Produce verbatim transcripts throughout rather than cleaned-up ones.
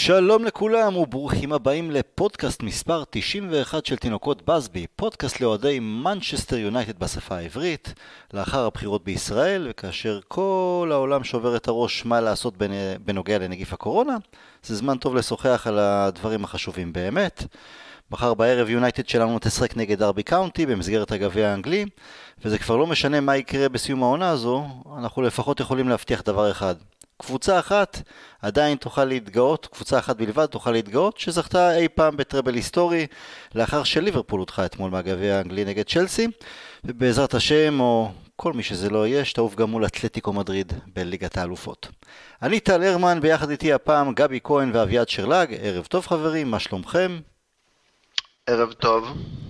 שלום לכולם וברוכים הבאים לפודקאסט מספר תשעים ואחת של תינוקות בסבי, פודקאסט לאוהדי מנצ'סטר יונייטד בשפה העברית, לאחר הבחירות בישראל, וכאשר כל העולם שובר את הראש מה לעשות בנוגע לנגיף הקורונה, זה זמן טוב לשוחח על הדברים החשובים באמת. מחר בערב יונייטד שלנו תשחק נגד דרבי קאונטי במסגרת הגביע האנגלי, וזה כבר לא משנה מה יקרה בסיום העונה הזו, אנחנו לפחות יכולים להבטיח דבר אחד. קבוצה אחת עדיין תוכל להתגאות, קבוצה אחת בלבד תוכל להתגאות, שזכתה אי פעם בטראבל היסטורי, לאחר שליברפול הודחה אתמול מהגביע האנגלי נגד צ'לסי, ובעזרת השם, או כל מי שזה לא יהיה, שתעוף גם מול אתלטיקו מדריד בליגת האלופות. אני טל הרמן, ביחד איתי הפעם גבי כהן ואביעד שרלג. ערב טוב חברים, מה שלומכם? ערב טוב.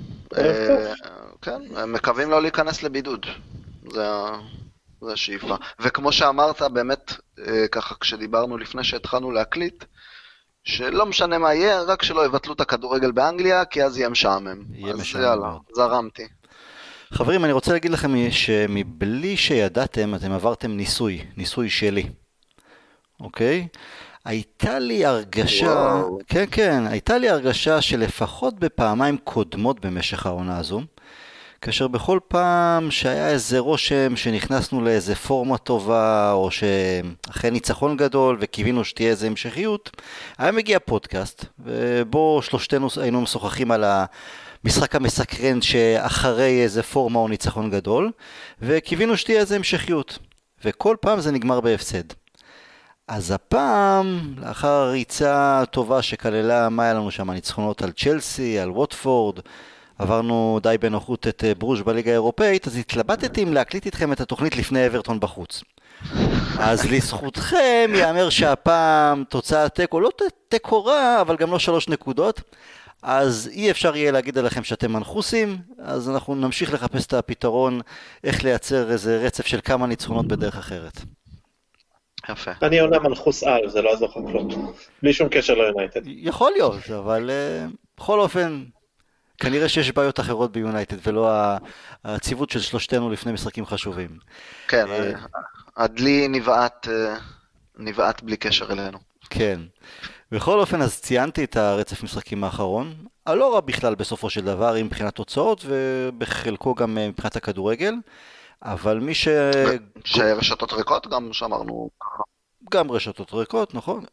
כן, מקווים לא להיכנס לבידוד. זה זה השאיפה. וכמו שאמרת, באמת, ככה כשדיברנו לפני שהתחלנו להקליט, שלא משנה מה יהיה, רק שלא יבטלו את הכדורגל באנגליה, כי אז יהיה משעמם. יהיה אז משעמם. יאללה, זרמתי. חברים, אני רוצה להגיד לכם שמבלי שידעתם, אתם עברתם ניסוי, ניסוי שלי. אוקיי? הייתה לי הרגשה, וואו. כן, כן, הייתה לי הרגשה שלפחות בפעמיים קודמות במשך העונה הזו, כאשר בכל פעם שהיה איזה רושם שנכנסנו לאיזה פורמה טובה, או שאחרי ניצחון גדול וקיווינו שתהיה איזה המשכיות, היה מגיע פודקאסט, ובו שלושתנו היינו משוחחים על המשחק המסקרן שאחרי איזה פורמה או ניצחון גדול, וקיווינו שתהיה איזה המשכיות, וכל פעם זה נגמר בהפסד. אז הפעם, לאחר הריצה טובה שכללה, מה היה לנו שם? ניצחונות על צ'לסי, על ווטפורד, עברנו די בנוחות את ברוז' בליגה האירופאית, אז התלבטתי אם להקליט איתכם את התוכנית לפני אברטון בחוץ. אז לזכותכם יאמר שהפעם תוצאה תיקו, לא תיקו רע, אבל גם לא שלוש נקודות, אז אי אפשר יהיה להגיד עליכם שאתם מנחוסים, אז אנחנו נמשיך לחפש את הפתרון, איך לייצר איזה רצף של כמה ניצחונות בדרך אחרת. יפה. אני עונה מנחוס על, זה לא יעזור לך כלום. בלי שום קשר ליונייטד. יכול להיות, אבל uh, בכל אופן, כנראה שיש בעיות אחרות ביונייטד, ולא הציוות של שלושתנו לפני משחקים חשובים. כן, הדלי נבעת, נבעת בלי קשר אלינו. כן. בכל אופן, אז ציינתי את הרצף משחקים האחרון, הלא רע בכלל בסופו של דבר, עם מבחינת תוצאות, ובחלקו גם מבחינת הכדורגל, אבל מי ש... שרשתות ריקות גם שאמרנו ככה. גם רשתות ריקות, נכון.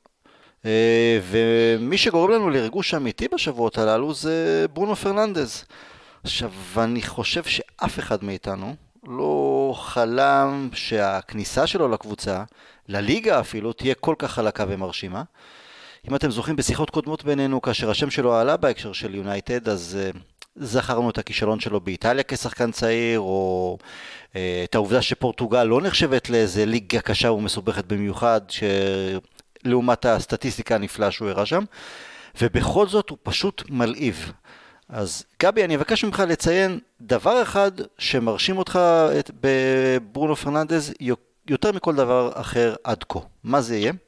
ומי שגורם לנו לרגוש אמיתי בשבועות הללו זה ברונו פרננדז. עכשיו, אני חושב שאף אחד מאיתנו לא חלם שהכניסה שלו לקבוצה, לליגה אפילו, תהיה כל כך חלקה ומרשימה. אם אתם זוכרים בשיחות קודמות בינינו, כאשר השם שלו עלה בהקשר של יונייטד, אז זכרנו את הכישלון שלו באיטליה כשחקן צעיר, או את העובדה שפורטוגל לא נחשבת לאיזה ליגה קשה ומסובכת במיוחד, שלעומת הסטטיסטיקה הנפלאה שהוא הראה שם, ובכל זאת הוא פשוט מלהיב. אז גבי, אני אבקש ממך לציין דבר אחד שמרשים אותך בברונו פרננדז יותר מכל דבר אחר עד כה. מה זה יהיה?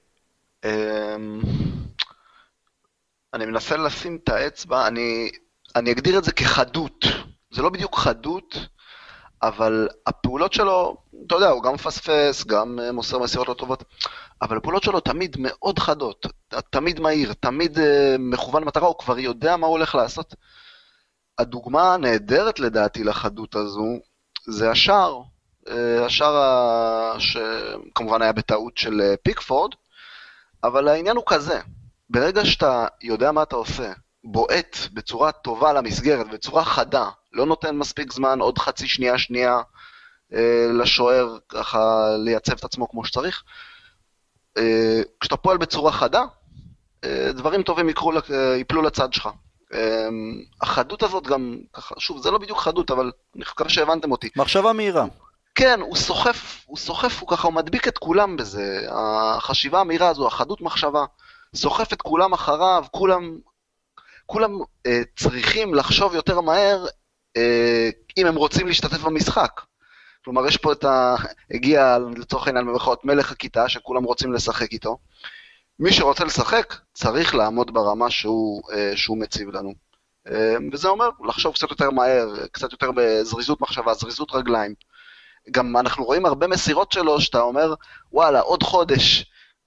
אני מנסה לשים את האצבע, אני, אני אגדיר את זה כחדות. זה לא בדיוק חדות, אבל הפעולות שלו, אתה יודע, הוא גם מפספס, גם מוסר מסירות לא טובות, אבל הפעולות שלו תמיד מאוד חדות, תמיד מהיר, תמיד מכוון מטרה, הוא כבר יודע מה הוא הולך לעשות. הדוגמה הנהדרת לדעתי לחדות הזו, זה השער, השער שכמובן היה בטעות של פיקפורד, אבל העניין הוא כזה, ברגע שאתה יודע מה אתה עושה, בועט בצורה טובה למסגרת, בצורה חדה, לא נותן מספיק זמן, עוד חצי שנייה שנייה אה, לשוער ככה לייצב את עצמו כמו שצריך, אה, כשאתה פועל בצורה חדה, אה, דברים טובים יקרו, אה, ייפלו לצד שלך. אה, החדות הזאת גם, ככה, שוב, זה לא בדיוק חדות, אבל אני חושב שהבנתם אותי. מחשבה מהירה. כן, הוא סוחף, הוא סוחף, הוא ככה, הוא מדביק את כולם בזה, החשיבה המהירה הזו, החדות מחשבה, סוחף את כולם אחריו, כולם, כולם אה, צריכים לחשוב יותר מהר, אה, אם הם רוצים להשתתף במשחק. כלומר, יש פה את ה... הגיע לצורך העניין במרכאות מלך הכיתה, שכולם רוצים לשחק איתו. מי שרוצה לשחק, צריך לעמוד ברמה שהוא, אה, שהוא מציב לנו. אה, וזה אומר, לחשוב קצת יותר מהר, קצת יותר בזריזות מחשבה, זריזות רגליים. גם אנחנו רואים הרבה מסירות שלו, שאתה אומר, וואלה, עוד חודש,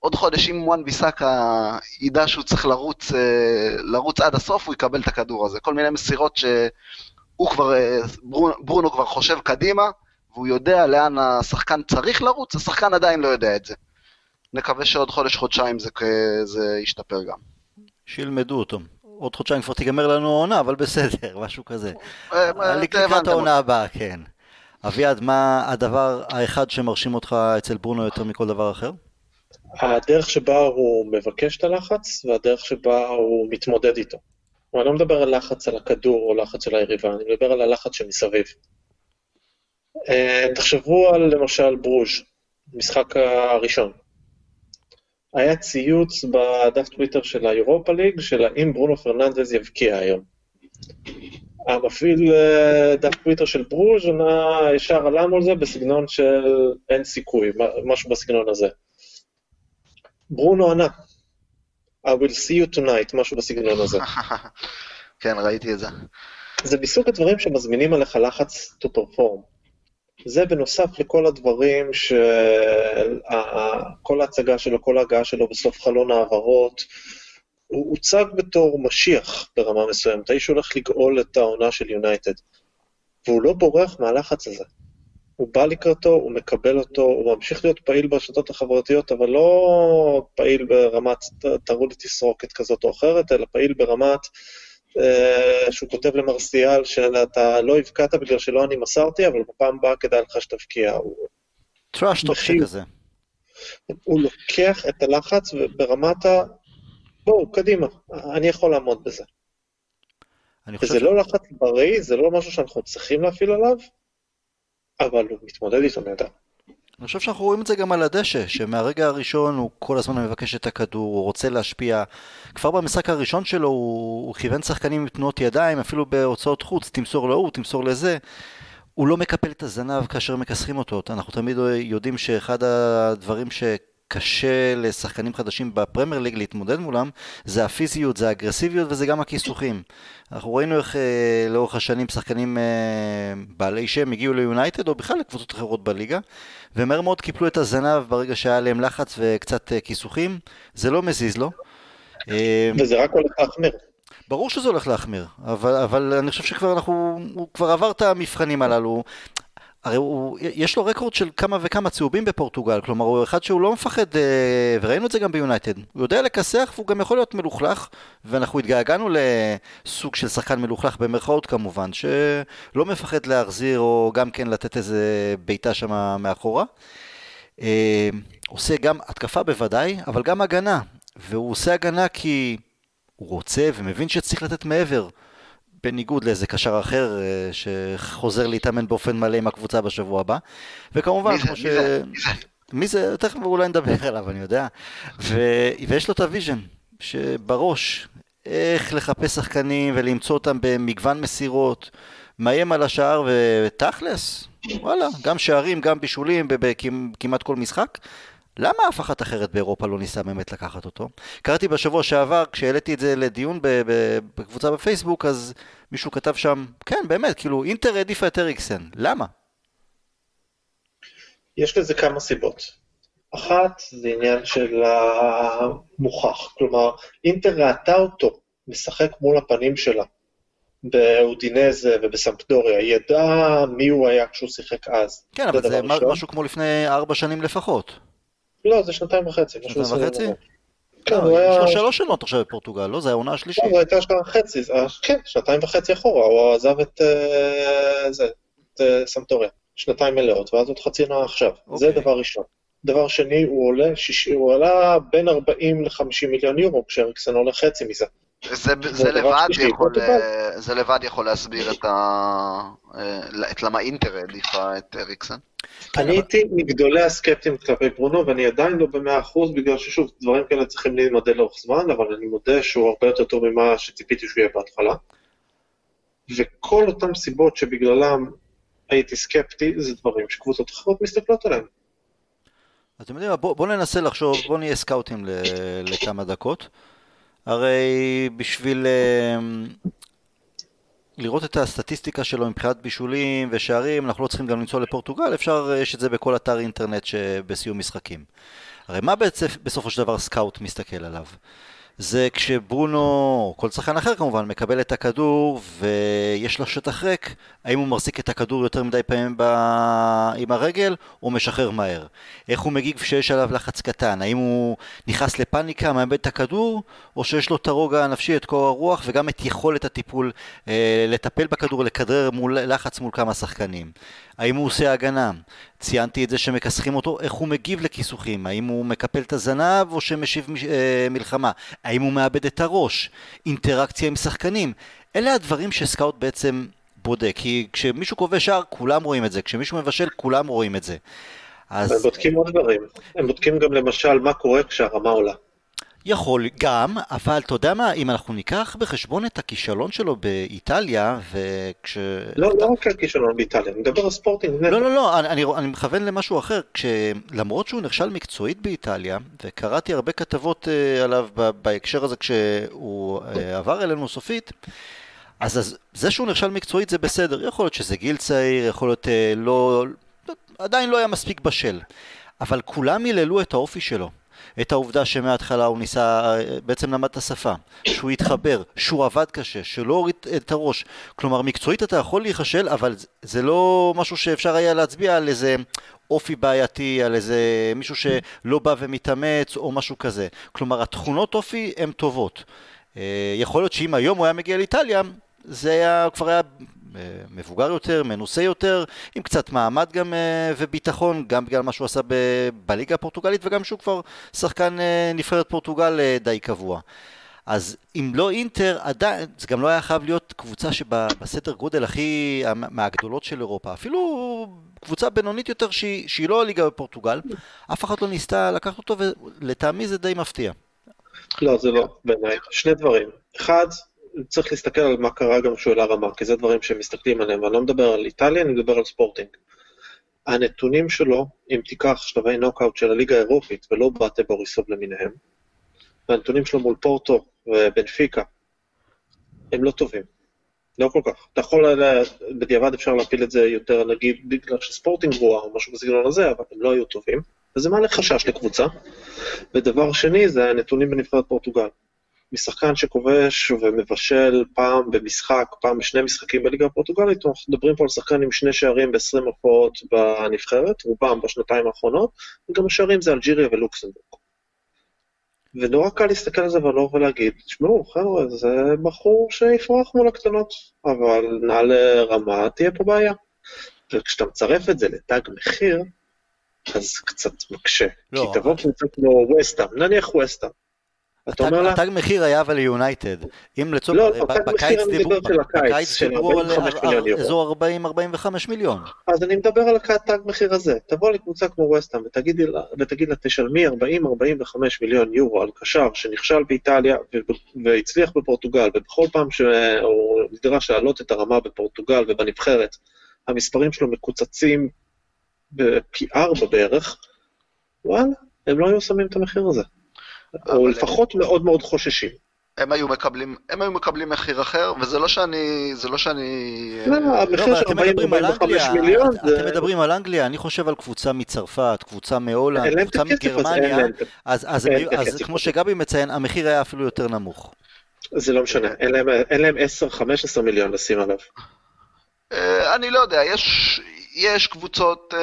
עוד חודש אם וואן ביסאקה ידע שהוא צריך לרוץ, לרוץ עד הסוף, הוא יקבל את הכדור הזה. כל מיני מסירות שהוא כבר, ברונו כבר חושב קדימה, והוא יודע לאן השחקן צריך לרוץ, השחקן עדיין לא יודע את זה. נקווה שעוד חודש, חודשיים זה, זה ישתפר גם. שילמדו אותו. עוד חודשיים כבר תיגמר לנו העונה, אבל בסדר, משהו כזה. לקראת העונה הבאה, כן. אביעד, מה הדבר האחד שמרשים אותך אצל ברונו יותר מכל דבר אחר? הדרך שבה הוא מבקש את הלחץ, והדרך שבה הוא מתמודד איתו. אני לא מדבר על לחץ על הכדור או לחץ על היריבה, אני מדבר על הלחץ שמסביב. תחשבו על למשל ברוז', משחק הראשון. היה ציוץ בדף טוויטר של האירופה ליג, של האם ברונו פרננדז יבקיע היום. המפעיל דף טוויטר של ברוז' ענה ישר עלה מול זה בסגנון של אין סיכוי, משהו בסגנון הזה. ברונו ענה, I will see you tonight, משהו בסגנון הזה. כן, ראיתי את זה. זה מסוג הדברים שמזמינים עליך לחץ to perform. זה בנוסף לכל הדברים שכל ההצגה שלו, כל ההגעה שלו בסוף חלון העברות, הוא הוצג בתור משיח ברמה מסוימת, האיש הולך לגאול את העונה של יונייטד, והוא לא בורח מהלחץ הזה. הוא בא לקראתו, הוא מקבל אותו, הוא ממשיך להיות פעיל ברשתות החברתיות, אבל לא פעיל ברמת תראו לי תסרוקת כזאת או אחרת, אלא פעיל ברמת שהוא כותב למרסיאל שאתה לא הבקעת בגלל שלא אני מסרתי, אבל בפעם הבאה כדאי לך שתבקיע. טראש טוק שכזה. הוא לוקח את הלחץ ברמת ה... בואו, קדימה, אני יכול לעמוד בזה. וזה לא לחץ בריא, זה לא משהו שאנחנו צריכים להפעיל עליו, אבל הוא מתמודד איתו נהדר. אני חושב שאנחנו רואים את זה גם על הדשא, שמהרגע הראשון הוא כל הזמן מבקש את הכדור, הוא רוצה להשפיע. כבר במשחק הראשון שלו הוא, הוא כיוון שחקנים עם תנועות ידיים, אפילו בהוצאות חוץ, תמסור לו, תמסור לזה. הוא לא מקפל את הזנב כאשר מקסרים אותו. אנחנו תמיד יודעים שאחד הדברים שקשה לשחקנים חדשים בפרמייר ליג להתמודד מולם, זה הפיזיות, זה האגרסיביות וזה גם הכיסוחים. אנחנו ראינו איך אה, לאורך השנים שחקנים אה, בעלי שם הגיעו ליונייטד או בכלל לקבוצות אחרות בליגה, ומהר מאוד קיפלו את הזנב ברגע שהיה להם לחץ וקצת אה, כיסוחים. זה לא מזיז לו. אה, וזה רק הולך להחמיר. ברור שזה הולך להחמיר, אבל, אבל אני חושב שכבר אנחנו, הוא כבר עבר את המבחנים הללו. הרי הוא, יש לו רקורד של כמה וכמה צהובים בפורטוגל, כלומר הוא אחד שהוא לא מפחד, וראינו את זה גם ביונייטד, הוא יודע לקסח והוא גם יכול להיות מלוכלך, ואנחנו התגעגענו לסוג של שחקן מלוכלך במרכאות כמובן, שלא מפחד להחזיר או גם כן לתת איזה ביתה שם מאחורה. עושה גם התקפה בוודאי, אבל גם הגנה, והוא עושה הגנה כי הוא רוצה ומבין שצריך לתת מעבר, בניגוד לאיזה קשר אחר שחוזר להתאמן באופן מלא עם הקבוצה בשבוע הבא. וכמובן, כמו ש... מי זה? תכף אולי נדבר עליו, אני יודע. ויש לו את הוויז'ן שבראש, איך לחפש שחקנים ולמצוא אותם במגוון מסירות, מאיים על השער ותכלס, וואלה, גם שערים, גם בישולים, בכמעט כל משחק. למה אף אחת אחרת באירופה לא ניסה באמת לקחת אותו? קראתי בשבוע שעבר, כשהעליתי את זה לדיון בקבוצה בפייסבוק, אז מישהו כתב שם, כן, באמת, כאילו, אינטר העדיפה את אריקסן. למה? יש לזה כמה סיבות. אחת, זה עניין של המוכח. כלומר, אינטר ראתה אותו משחק מול הפנים שלה, באודינזה ובסמפדוריה. היא ידעה מי הוא היה כשהוא שיחק אז. כן, אבל זה משהו כמו לפני ארבע שנים לפחות. לא, זה שנתיים וחצי. שנתיים וחצי? כן, הוא היה... יש לו שלוש שנות עכשיו בפורטוגל, לא? זה העונה השלישית. לא, זה הייתה שנתיים וחצי, כן, שנתיים וחצי אחורה, הוא עזב את זה, את סמפדוריה, שנתיים מלאות, ואז עוד חצי עונה עכשיו. זה דבר ראשון. דבר שני, הוא עולה, הוא עלה בין ארבעים לחמישים מיליון יורו, כשאריקסן עולה חצי מזה. זה לבד יכול להסביר את למה אינטר העדיפה את אריקסן. אני הייתי מגדולי הסקפטים כלפי ברונו, ואני עדיין לא במאה אחוז, בגלל ששוב, דברים כאלה צריכים להימדל לאורך זמן, אבל אני מודה שהוא הרבה יותר טוב ממה שציפיתי שהוא יהיה בהתחלה. וכל אותם סיבות שבגללם הייתי סקפטי, זה דברים שקבוצות אחרות מסתכלות עליהם. אתם יודעים, בוא, בוא ננסה לחשוב, בוא נהיה סקאוטים לכמה דקות. הרי בשביל לראות את הסטטיסטיקה שלו מבחינת בישולים ושערים, אנחנו לא צריכים גם למצוא לפורטוגל, אפשר, יש את זה בכל אתר אינטרנט שבסיום משחקים. הרי מה בעצם בסופו של דבר סקאוט מסתכל עליו? זה כשברונו, או כל שחקן אחר כמובן, מקבל את הכדור ויש לו שטח ריק, האם הוא מחזיק את הכדור יותר מדי פעמים ב... עם הרגל, או משחרר מהר? איך הוא מגיב כשיש עליו לחץ קטן? האם הוא נכנס לפאניקה, מאבד את הכדור, או שיש לו את הרוגע הנפשי, את קור הרוח, וגם את יכולת הטיפול, אה, לטפל בכדור, לכדרר מול, לחץ מול כמה שחקנים? האם הוא עושה הגנה? ציינתי את זה שמכסחים אותו, איך הוא מגיב לכיסוחים? האם הוא מקפל את הזנב או שמשיב אה, מלחמה? האם הוא מאבד את הראש? אינטראקציה עם שחקנים? אלה הדברים שסקאוט בעצם בודק, כי כשמישהו קובע שער כולם רואים את זה, כשמישהו מבשל כולם רואים את זה. אז... הם בודקים עוד דברים, הם בודקים גם למשל מה קורה כשהרמה עולה. יכול גם, אבל אתה יודע מה, אם אנחנו ניקח בחשבון את הכישלון שלו באיטליה, וכש... לא, לא רק הכישלון באיטליה, אני מדבר על ספורטינג. לא, לא, לא, אני, אני, אני מכוון למשהו אחר, כשלמרות שהוא נכשל מקצועית באיטליה, וקראתי הרבה כתבות uh, עליו בהקשר הזה כשהוא uh, עבר אלינו סופית, אז, אז זה שהוא נכשל מקצועית זה בסדר, יכול להיות שזה גיל צעיר, יכול להיות uh, לא, עדיין לא היה מספיק בשל, אבל כולם יללו את האופי שלו. את העובדה שמההתחלה הוא ניסה, בעצם למד את השפה, שהוא התחבר, שהוא עבד קשה, שלא הוריד את הראש. כלומר, מקצועית אתה יכול להיחשל, אבל זה לא משהו שאפשר היה להצביע על איזה אופי בעייתי, על איזה מישהו שלא בא ומתאמץ או משהו כזה. כלומר, התכונות אופי הן טובות. יכול להיות שאם היום הוא היה מגיע לאיטליה, זה היה, כבר היה מבוגר יותר, מנוסה יותר, עם קצת מעמד גם וביטחון, גם בגלל מה שהוא עשה ב- בליגה הפורטוגלית, וגם שהוא כבר שחקן נבחרת פורטוגל די קבוע. אז אם לא אינטר, עדיין, זה גם לא היה חייב להיות קבוצה שבסדר גודל הכי מהגדולות של אירופה, אפילו קבוצה בינונית יותר שהיא, שהיא לא הליגה בפורטוגל, אף אחד לא ניסתה לקחת אותו, ולטעמי זה די מפתיע. לא, זה לא, בעיניי. שני דברים. אחד, צריך להסתכל על מה קרה גם שהוא העלה רמה, כי זה דברים שמסתכלים עליהם, אני לא מדבר על איטליה, אני מדבר על ספורטינג. הנתונים שלו, אם תיקח שלבי נוקאוט של הליגה האירופית, ולא באטה בוריסוב למיניהם, והנתונים שלו מול פורטו ובנפיקה, הם לא טובים. לא כל כך. אתה יכול, בדיעבד אפשר להפיל את זה יותר, נגיד, בגלל שספורטינג גרועה או משהו בסגנון הזה, אבל הם לא היו טובים, וזה מעלה חשש לקבוצה. ודבר שני, זה הנתונים בנבחרת פורטוגל. משחקן שכובש ומבשל פעם במשחק, פעם בשני משחקים בליגה הפורטוגלית, אנחנו מדברים פה על שחקן עם שני שערים ב-עשרים הופעות בנבחרת, רובם בשנתיים האחרונות, וגם השערים זה אלג'יריה ולוקסמבורג. ונורא קל להסתכל על זה ולא ולהגיד, תשמעו, חבר'ה, זה בחור שיפרח מול הקטנות, אבל נעלה רמה, תהיה פה בעיה. וכשאתה מצרף את זה לתג מחיר, אז קצת מקשה. לא, כי תבוא קבוצה כמו ווסטהאם, נניח ווסטהאם. התג מחיר היה אבל ליונייטד. אם לצורך, לא, לא, תג מחיר אני מדבר של הקיץ, של דיברו ארבעים וחמישה מיליון יורו. אזור ארבעים עד ארבעים וחמישה מיליון. אז אני מדבר על התג מחיר הזה. תבוא לקבוצה כמו ווסטהאם ותגיד לה, תשלמי ארבעים עד ארבעים וחמישה מיליון יורו על קשר שנכשל באיטליה והצליח בפורטוגל, ובכל פעם שהוא נדרש להעלות את הרמה בפורטוגל ובנבחרת, המספרים שלו מקוצצים בפי ארבע בערך, וואלה, הם לא היו שמים את המחיר הזה. או לפחות מאוד מאוד חוששים. הם היו מקבלים, הם היו מקבלים מחיר אחר, וזה לא שאני, זה לא שאני... לא, המחיר של ארבעים עד ארבעים וחמישה מיליון... אתם מדברים על אנגליה, אני חושב על קבוצה מצרפת, קבוצה מהולנד, קבוצה מגרמניה, אז כמו שגבי מציין, המחיר היה אפילו יותר נמוך. זה לא משנה, אין להם עשר חמש עשרה מיליון לשים עליו. אני לא יודע, יש... יש קבוצות,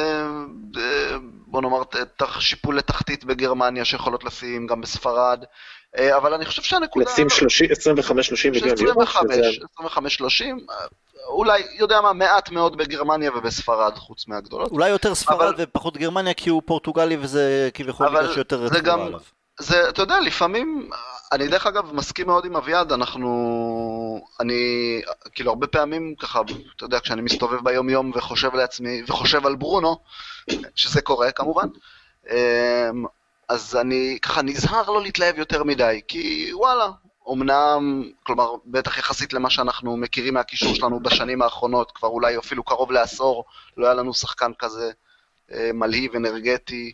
בוא נאמר, שיפול לתחתית בגרמניה שיכולות לשים, גם בספרד, אבל אני חושב שהנקודה... לשים עשרים וחמש שלושים מיליון יורו? עשרים וחמש שלושים, אולי, יודע מה, מעט מאוד בגרמניה ובספרד, חוץ מהגדולות. אולי יותר ספרד ופחות גרמניה, כי הוא פורטוגלי וזה כביכול בגלל שיותר רצועה עליו. זה, אתה יודע, לפעמים, אני דרך אגב מסכים מאוד עם אביעד, אנחנו, אני, כאילו הרבה פעמים ככה, אתה יודע, כשאני מסתובב ביום יום וחושב לעצמי, וחושב על ברונו, שזה קורה כמובן, אז אני ככה נזהר לא להתלהב יותר מדי, כי וואלה, אמנם, כלומר, בטח יחסית למה שאנחנו מכירים מהקישור שלנו בשנים האחרונות, כבר אולי אפילו קרוב לעשור, לא היה לנו שחקן כזה מלהיב, אנרגטי,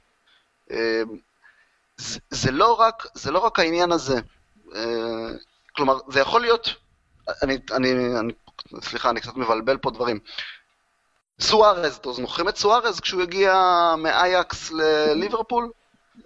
זה, זה לא רק, זה לא רק העניין הזה, כלומר, זה יכול להיות, אני, אני, אני, סליחה, אני קצת מבלבל פה דברים, סוארז, אתם זוכרים את סוארז כשהוא הגיע מאייקס לליברפול?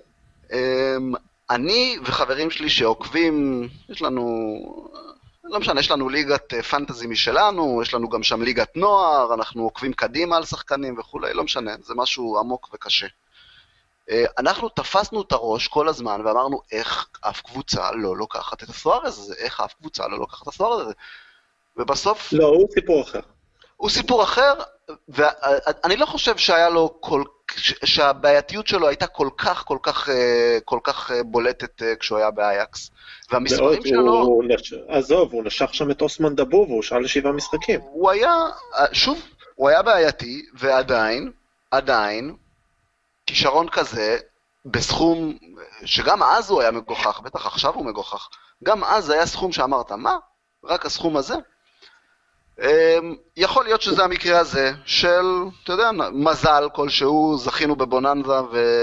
אני וחברים שלי שעוקבים, יש לנו, לא משנה, יש לנו ליגת פנטזי משלנו, יש לנו גם שם ליגת נוער, אנחנו עוקבים קדימה על שחקנים וכולי, לא משנה, זה משהו עמוק וקשה. אנחנו תפסנו את הראש כל הזמן ואמרנו איך אף קבוצה לא לוקחת את הסוארז הזה, איך אף קבוצה לא לוקחת את הסוארז הזה. ובסוף... לא, הוא סיפור אחר. הוא סיפור אחר, ואני לא חושב שהיה לו כל... שהבעייתיות שלו הייתה כל כך, כל כך, כל כך בולטת כשהוא היה באייקס. והמספרים שלו... עזוב, הוא נשך שם את אוסמן דבוב, והוא שאל לשבעה משחקים. הוא היה, שוב, הוא היה בעייתי, ועדיין, עדיין, כישרון כזה, בסכום, שגם אז הוא היה מגוחך, בטח עכשיו הוא מגוחך, גם אז היה סכום שאמרת, מה? רק הסכום הזה? יכול להיות שזה המקרה הזה של, אתה יודע, מזל כלשהו, זכינו בבוננזה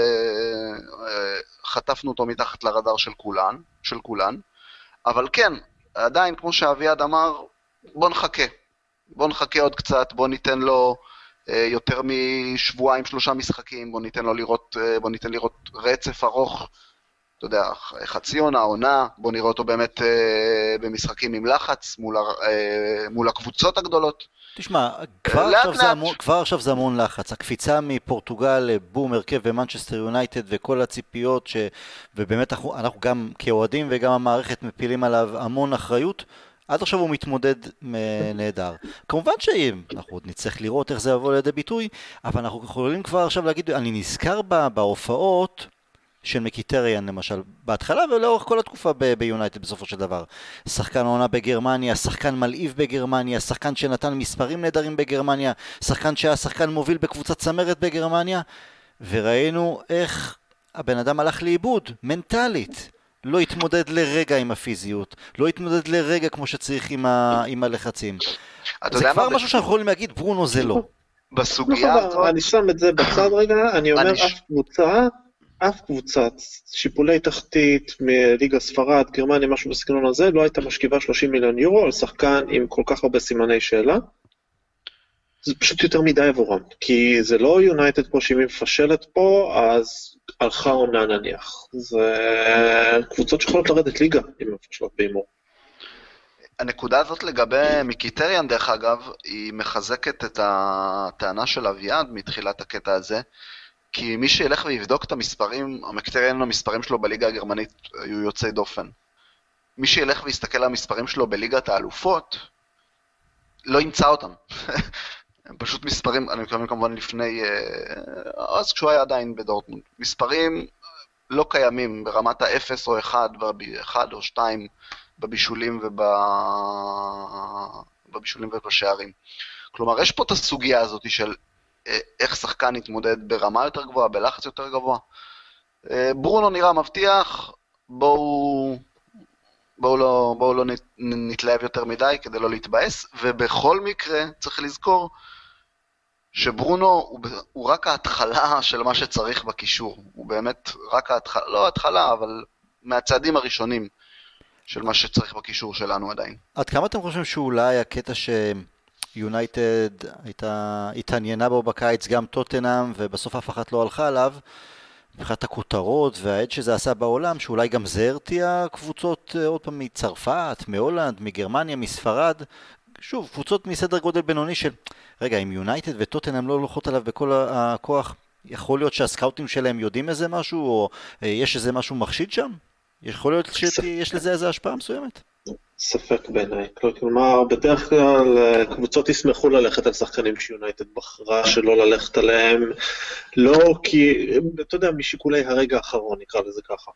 וחטפנו אותו מתחת לרדאר של כולן, של כולן, אבל כן, עדיין, כמו שאביעד אמר, בוא נחכה, בוא נחכה עוד קצת, בוא ניתן לו יותר משבועיים, שלושה משחקים, בוא ניתן לו לראות, בוא ניתן לראות רצף ארוך, אתה יודע, חצי עונה, עונה, בוא נראה אותו באמת אה, במשחקים עם לחץ, מול, אה, מול הקבוצות הגדולות. תשמע, כבר, לאט עכשיו לאט. זה המון, כבר עכשיו זה המון לחץ. הקפיצה מפורטוגל לבום, הרכב ומנצ'סטר יונייטד וכל הציפיות, ש... ובאמת אנחנו, אנחנו גם כאוהדים וגם המערכת מפילים עליו המון אחריות, עד עכשיו הוא מתמודד נהדר. כמובן שאנחנו עוד נצטרך לראות איך זה יבוא לידי ביטוי, אבל אנחנו יכולים כבר עכשיו להגיד, אני נזכר בה, בהופעות, של מקיטריאן למשל, בהתחלה ולאורך כל התקופה ביונייטד בסופו של דבר. שחקן עונה בגרמניה, שחקן מלאיב בגרמניה, שחקן שנתן מספרים נהדרים בגרמניה, שחקן שהיה שחקן מוביל בקבוצת צמרת בגרמניה, וראינו איך הבן אדם הלך לאיבוד, מנטלית. לא התמודד לרגע עם הפיזיות, לא התמודד לרגע כמו שצריך עם, ה... עם הלחצים. זה כבר משהו שאנחנו יכולים להגיד, ברונו זה לא. בסוגיה הזאת... אני שם את זה בצד רגע, אני אומר אף קבוצה, אף קבוצת שיפולי תחתית מליגה ספרד, גרמניה, משהו בסגנון הזה, לא הייתה משכיבה שלושים מיליון יורו על שחקן עם כל כך הרבה סימני שאלה. זה פשוט יותר מדי עבורם, כי זה לא יונייטד פה שהיא מפשלת פה, אז הלכה עונה נניח. זה קבוצות שיכולות לרדת ליגה אם מפשלות באימור. הנקודה הזאת לגבי מיקיטריאן דרך אגב, היא מחזקת את הטענה של אביעד מתחילת הקטע הזה, כי מי שילך ויבדוק את המספרים, המקיטריאן המספרים שלו בליגה הגרמנית היו יוצאי דופן. מי שילך ויסתכל על המספרים שלו בליגת האלופות, לא ימצא אותם. הם פשוט מספרים, אני מתכוון כמובן לפני, אז כשהוא היה עדיין בדורטמונד, מספרים לא קיימים ברמת האפס או אחד, אחד או שתיים בבישולים ובבישולים ובשערים. כלומר, יש פה את הסוגיה הזאת של איך שחקן יתמודד ברמה יותר גבוהה, בלחץ יותר גבוה. ברונו נראה מבטיח, בואו, בואו לא, בואו לא נתלהב יותר מדי כדי לא להתבאס, ובכל מקרה צריך לזכור שברונו הוא, הוא רק ההתחלה של מה שצריך בקישור, הוא באמת רק ההתחלה, לא ההתחלה, אבל מהצעדים הראשונים של מה שצריך בקישור שלנו עדיין. עד כמה אתם חושבים שאולי הקטע שיונייטד הייתה, התעניינה בו בקיץ גם טוטנהאם, ובסוף אף אחת לא הלכה עליו, מבחינת הכותרות והעד שזה עשה בעולם, שאולי גם זה הרתיע קבוצות עוד פעם מצרפת, מהולנד, מגרמניה, מספרד, שוב, קבוצות מסדר גודל בינוני של, רגע, אם יונייטד וטוטנהאם לא לוקחות עליו בכל הכוח, יכול להיות שהסקאוטים שלהם יודעים איזה משהו, או יש איזה משהו מחשיד שם? יכול להיות שיש לזה איזה השפעה מסוימת? ספק בעיניי. כלומר, בדרך כלל קבוצות ישמחו ללכת על שחקנים שיונייטד בחרה שלא ללכת עליהם, לא כי, אתה יודע, משיקולי הרגע האחרון, נקרא לזה ככה.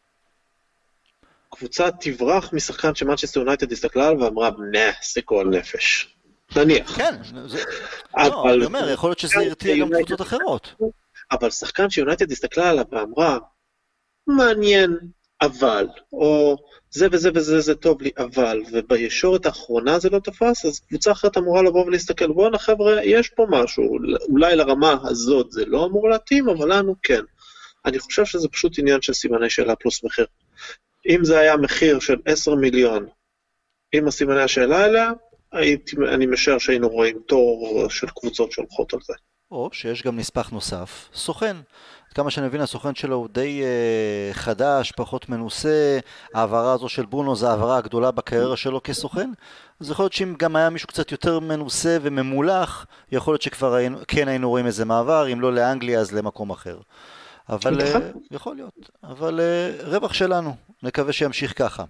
קבוצה תברח משחקן שמנצ'סטר יונייטד הסתכלה עליו ואמרה, נה, זה גועל נפש. נניח. כן, לא, אני אומר, יכול להיות שזה הרתיע גם קבוצות אחרות. אבל שחקן שיונייטד הסתכלה עליו ואמרה, מעניין, אבל, או זה וזה וזה זה טוב לי, אבל, ובישורת האחרונה זה לא תפס, אז קבוצה אחרת אמורה לבוא ולהסתכל, בואו חבר'ה, יש פה משהו, אולי לרמה הזאת זה לא אמור להתאים, אבל לנו כן. אני חושב שזה פשוט עניין של סימני שאלה פלוס מחיר. אם זה היה מחיר של עשרה מיליון, עם הסימני השאלה אליה, הייתי, אני משער שהיינו רואים תור של קבוצות שהולכות על זה. או שיש גם נספח נוסף, סוכן. עד כמה שאני מבין, הסוכן שלו הוא די uh, חדש, פחות מנוסה, העברה הזו של ברונו זה העברה הגדולה בקריירה שלו כסוכן, אז יכול להיות שאם גם היה מישהו קצת יותר מנוסה וממולח, יכול להיות שכבר היינו, כן היינו רואים איזה מעבר, אם לא לאנגליה אז למקום אחר. אבל, uh, יכול להיות, אבל uh, רווח שלנו, נקווה שימשיך ככה.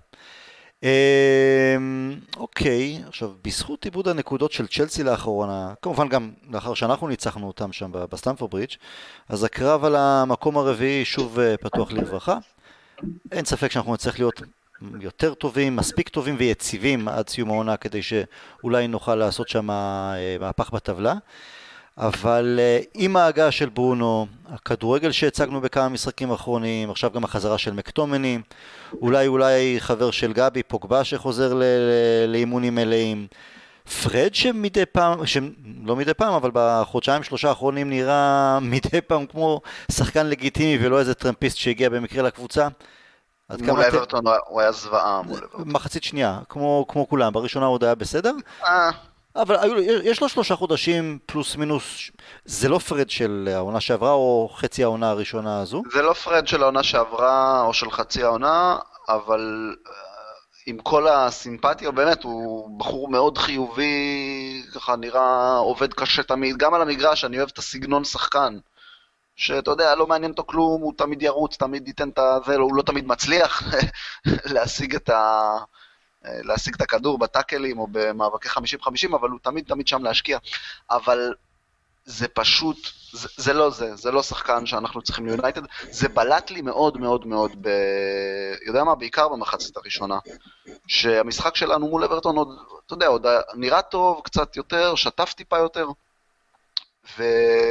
אוקיי, עכשיו בזכות עיבוד הנקודות של צ'לסי לאחרונה, כמובן גם לאחר שאנחנו ניצחנו אותם שם בסטמפורד ברידג', אז הקרב על המקום הרביעי שוב פתוח לרווחה. אין ספק שאנחנו נצטרך להיות יותר טובים, מספיק טובים ויציבים עד סיום העונה כדי שאולי נוכל לעשות שם מהפך בטבלה. אבל עם ההגעה של ברונו, הכדורגל שהצגנו בכמה משחקים האחרונים, עכשיו גם החזרה של מקטומני, אולי אולי חבר של גבי, פוגבה שחוזר ל- ל- לאימונים מלאים, פרד שמדי פעם, לא מדי פעם, אבל בחודשיים שלושה האחרונים נראה מדי פעם כמו שחקן לגיטימי ולא איזה טרמפיסט שהגיע במקרה לקבוצה. מול אברטון הוא היה זוועה מול אברטון. מחצית שנייה, כמו, כמו כולם, בראשונה הוא עוד היה בסדר. אה. אבל יש לו שלושה חודשים פלוס מינוס, זה לא פרד של העונה שעברה או חצי העונה הראשונה הזו? זה לא פרד של העונה שעברה או של חצי העונה, אבל עם כל הסימפתיה, באמת הוא בחור מאוד חיובי, ככה נראה עובד קשה תמיד, גם על המגרש, אני אוהב את הסגנון שחקן, שאתה יודע, לא מעניין אותו כלום, הוא תמיד ירוץ, תמיד ייתן את זה, הוא לא תמיד מצליח להשיג את ה... להשיג את הכדור בטאקלים או במאבקי חמישים חמישים, אבל הוא תמיד תמיד שם להשקיע. אבל זה פשוט, זה, זה לא זה, זה לא שחקן שאנחנו צריכים ליונייטד, זה בלט לי מאוד מאוד מאוד, ב... יודע מה, בעיקר במחצית הראשונה, שהמשחק שלנו מול אברטון עוד, אתה יודע, עוד נראה טוב קצת יותר, שטף טיפה יותר, ו...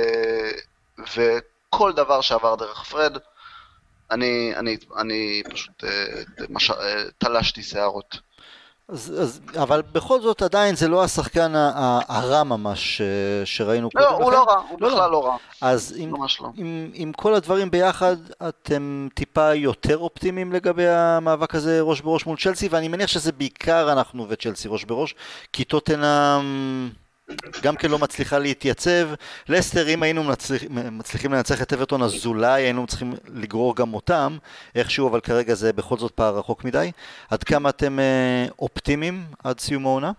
וכל דבר שעבר דרך פרד, אני, אני, אני פשוט מש... תלשתי שערות. אז, אז, אבל בכל זאת עדיין זה לא השחקן הרע ממש שראינו לא, קודם. לא, הוא לכם. לא רע, הוא לא בכלל לא, לא רע. אז עם, לא. עם, עם כל הדברים ביחד, אתם טיפה יותר אופטימיים לגבי המאבק הזה ראש בראש מול צ'לסי, ואני מניח שזה בעיקר אנחנו וצ'לסי ראש בראש, כי טוטנהאם גם כן לא מצליחה להתייצב. לסטר, אם היינו מצליח, מצליחים לנצח את אברטון, אז אולי היינו צריכים לגרור גם אותם, איכשהו, אבל כרגע זה בכל זאת פער רחוק מדי. עד כמה אתם אופטימיים עד סיום העונה?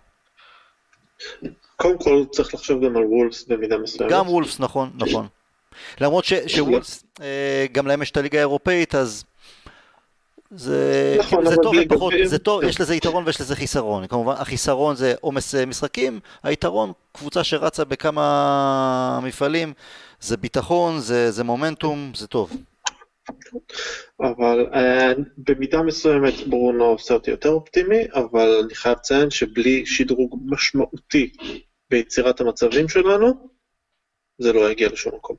קודם כל צריך לחשוב גם על וולפס במידה מסוימת. גם וולפס, נכון, נכון. למרות ש, שוולפס, גם להם יש את הליגה האירופאית, אז זה, נכון, זה טוב ופחות, זה טוב, יש לזה יתרון ויש לזה חיסרון. כמובן, החיסרון זה עומס משחקים, היתרון, קבוצה שרצה בכמה מפעלים, זה ביטחון, זה, זה מומנטום, זה טוב. אבל uh, במידה מסוימת ברונו עושה אותי יותר אופטימי, אבל אני חייב לציין שבלי שדרוג משמעותי ביצירת המצבים שלנו, זה לא יגיע לשום מקום.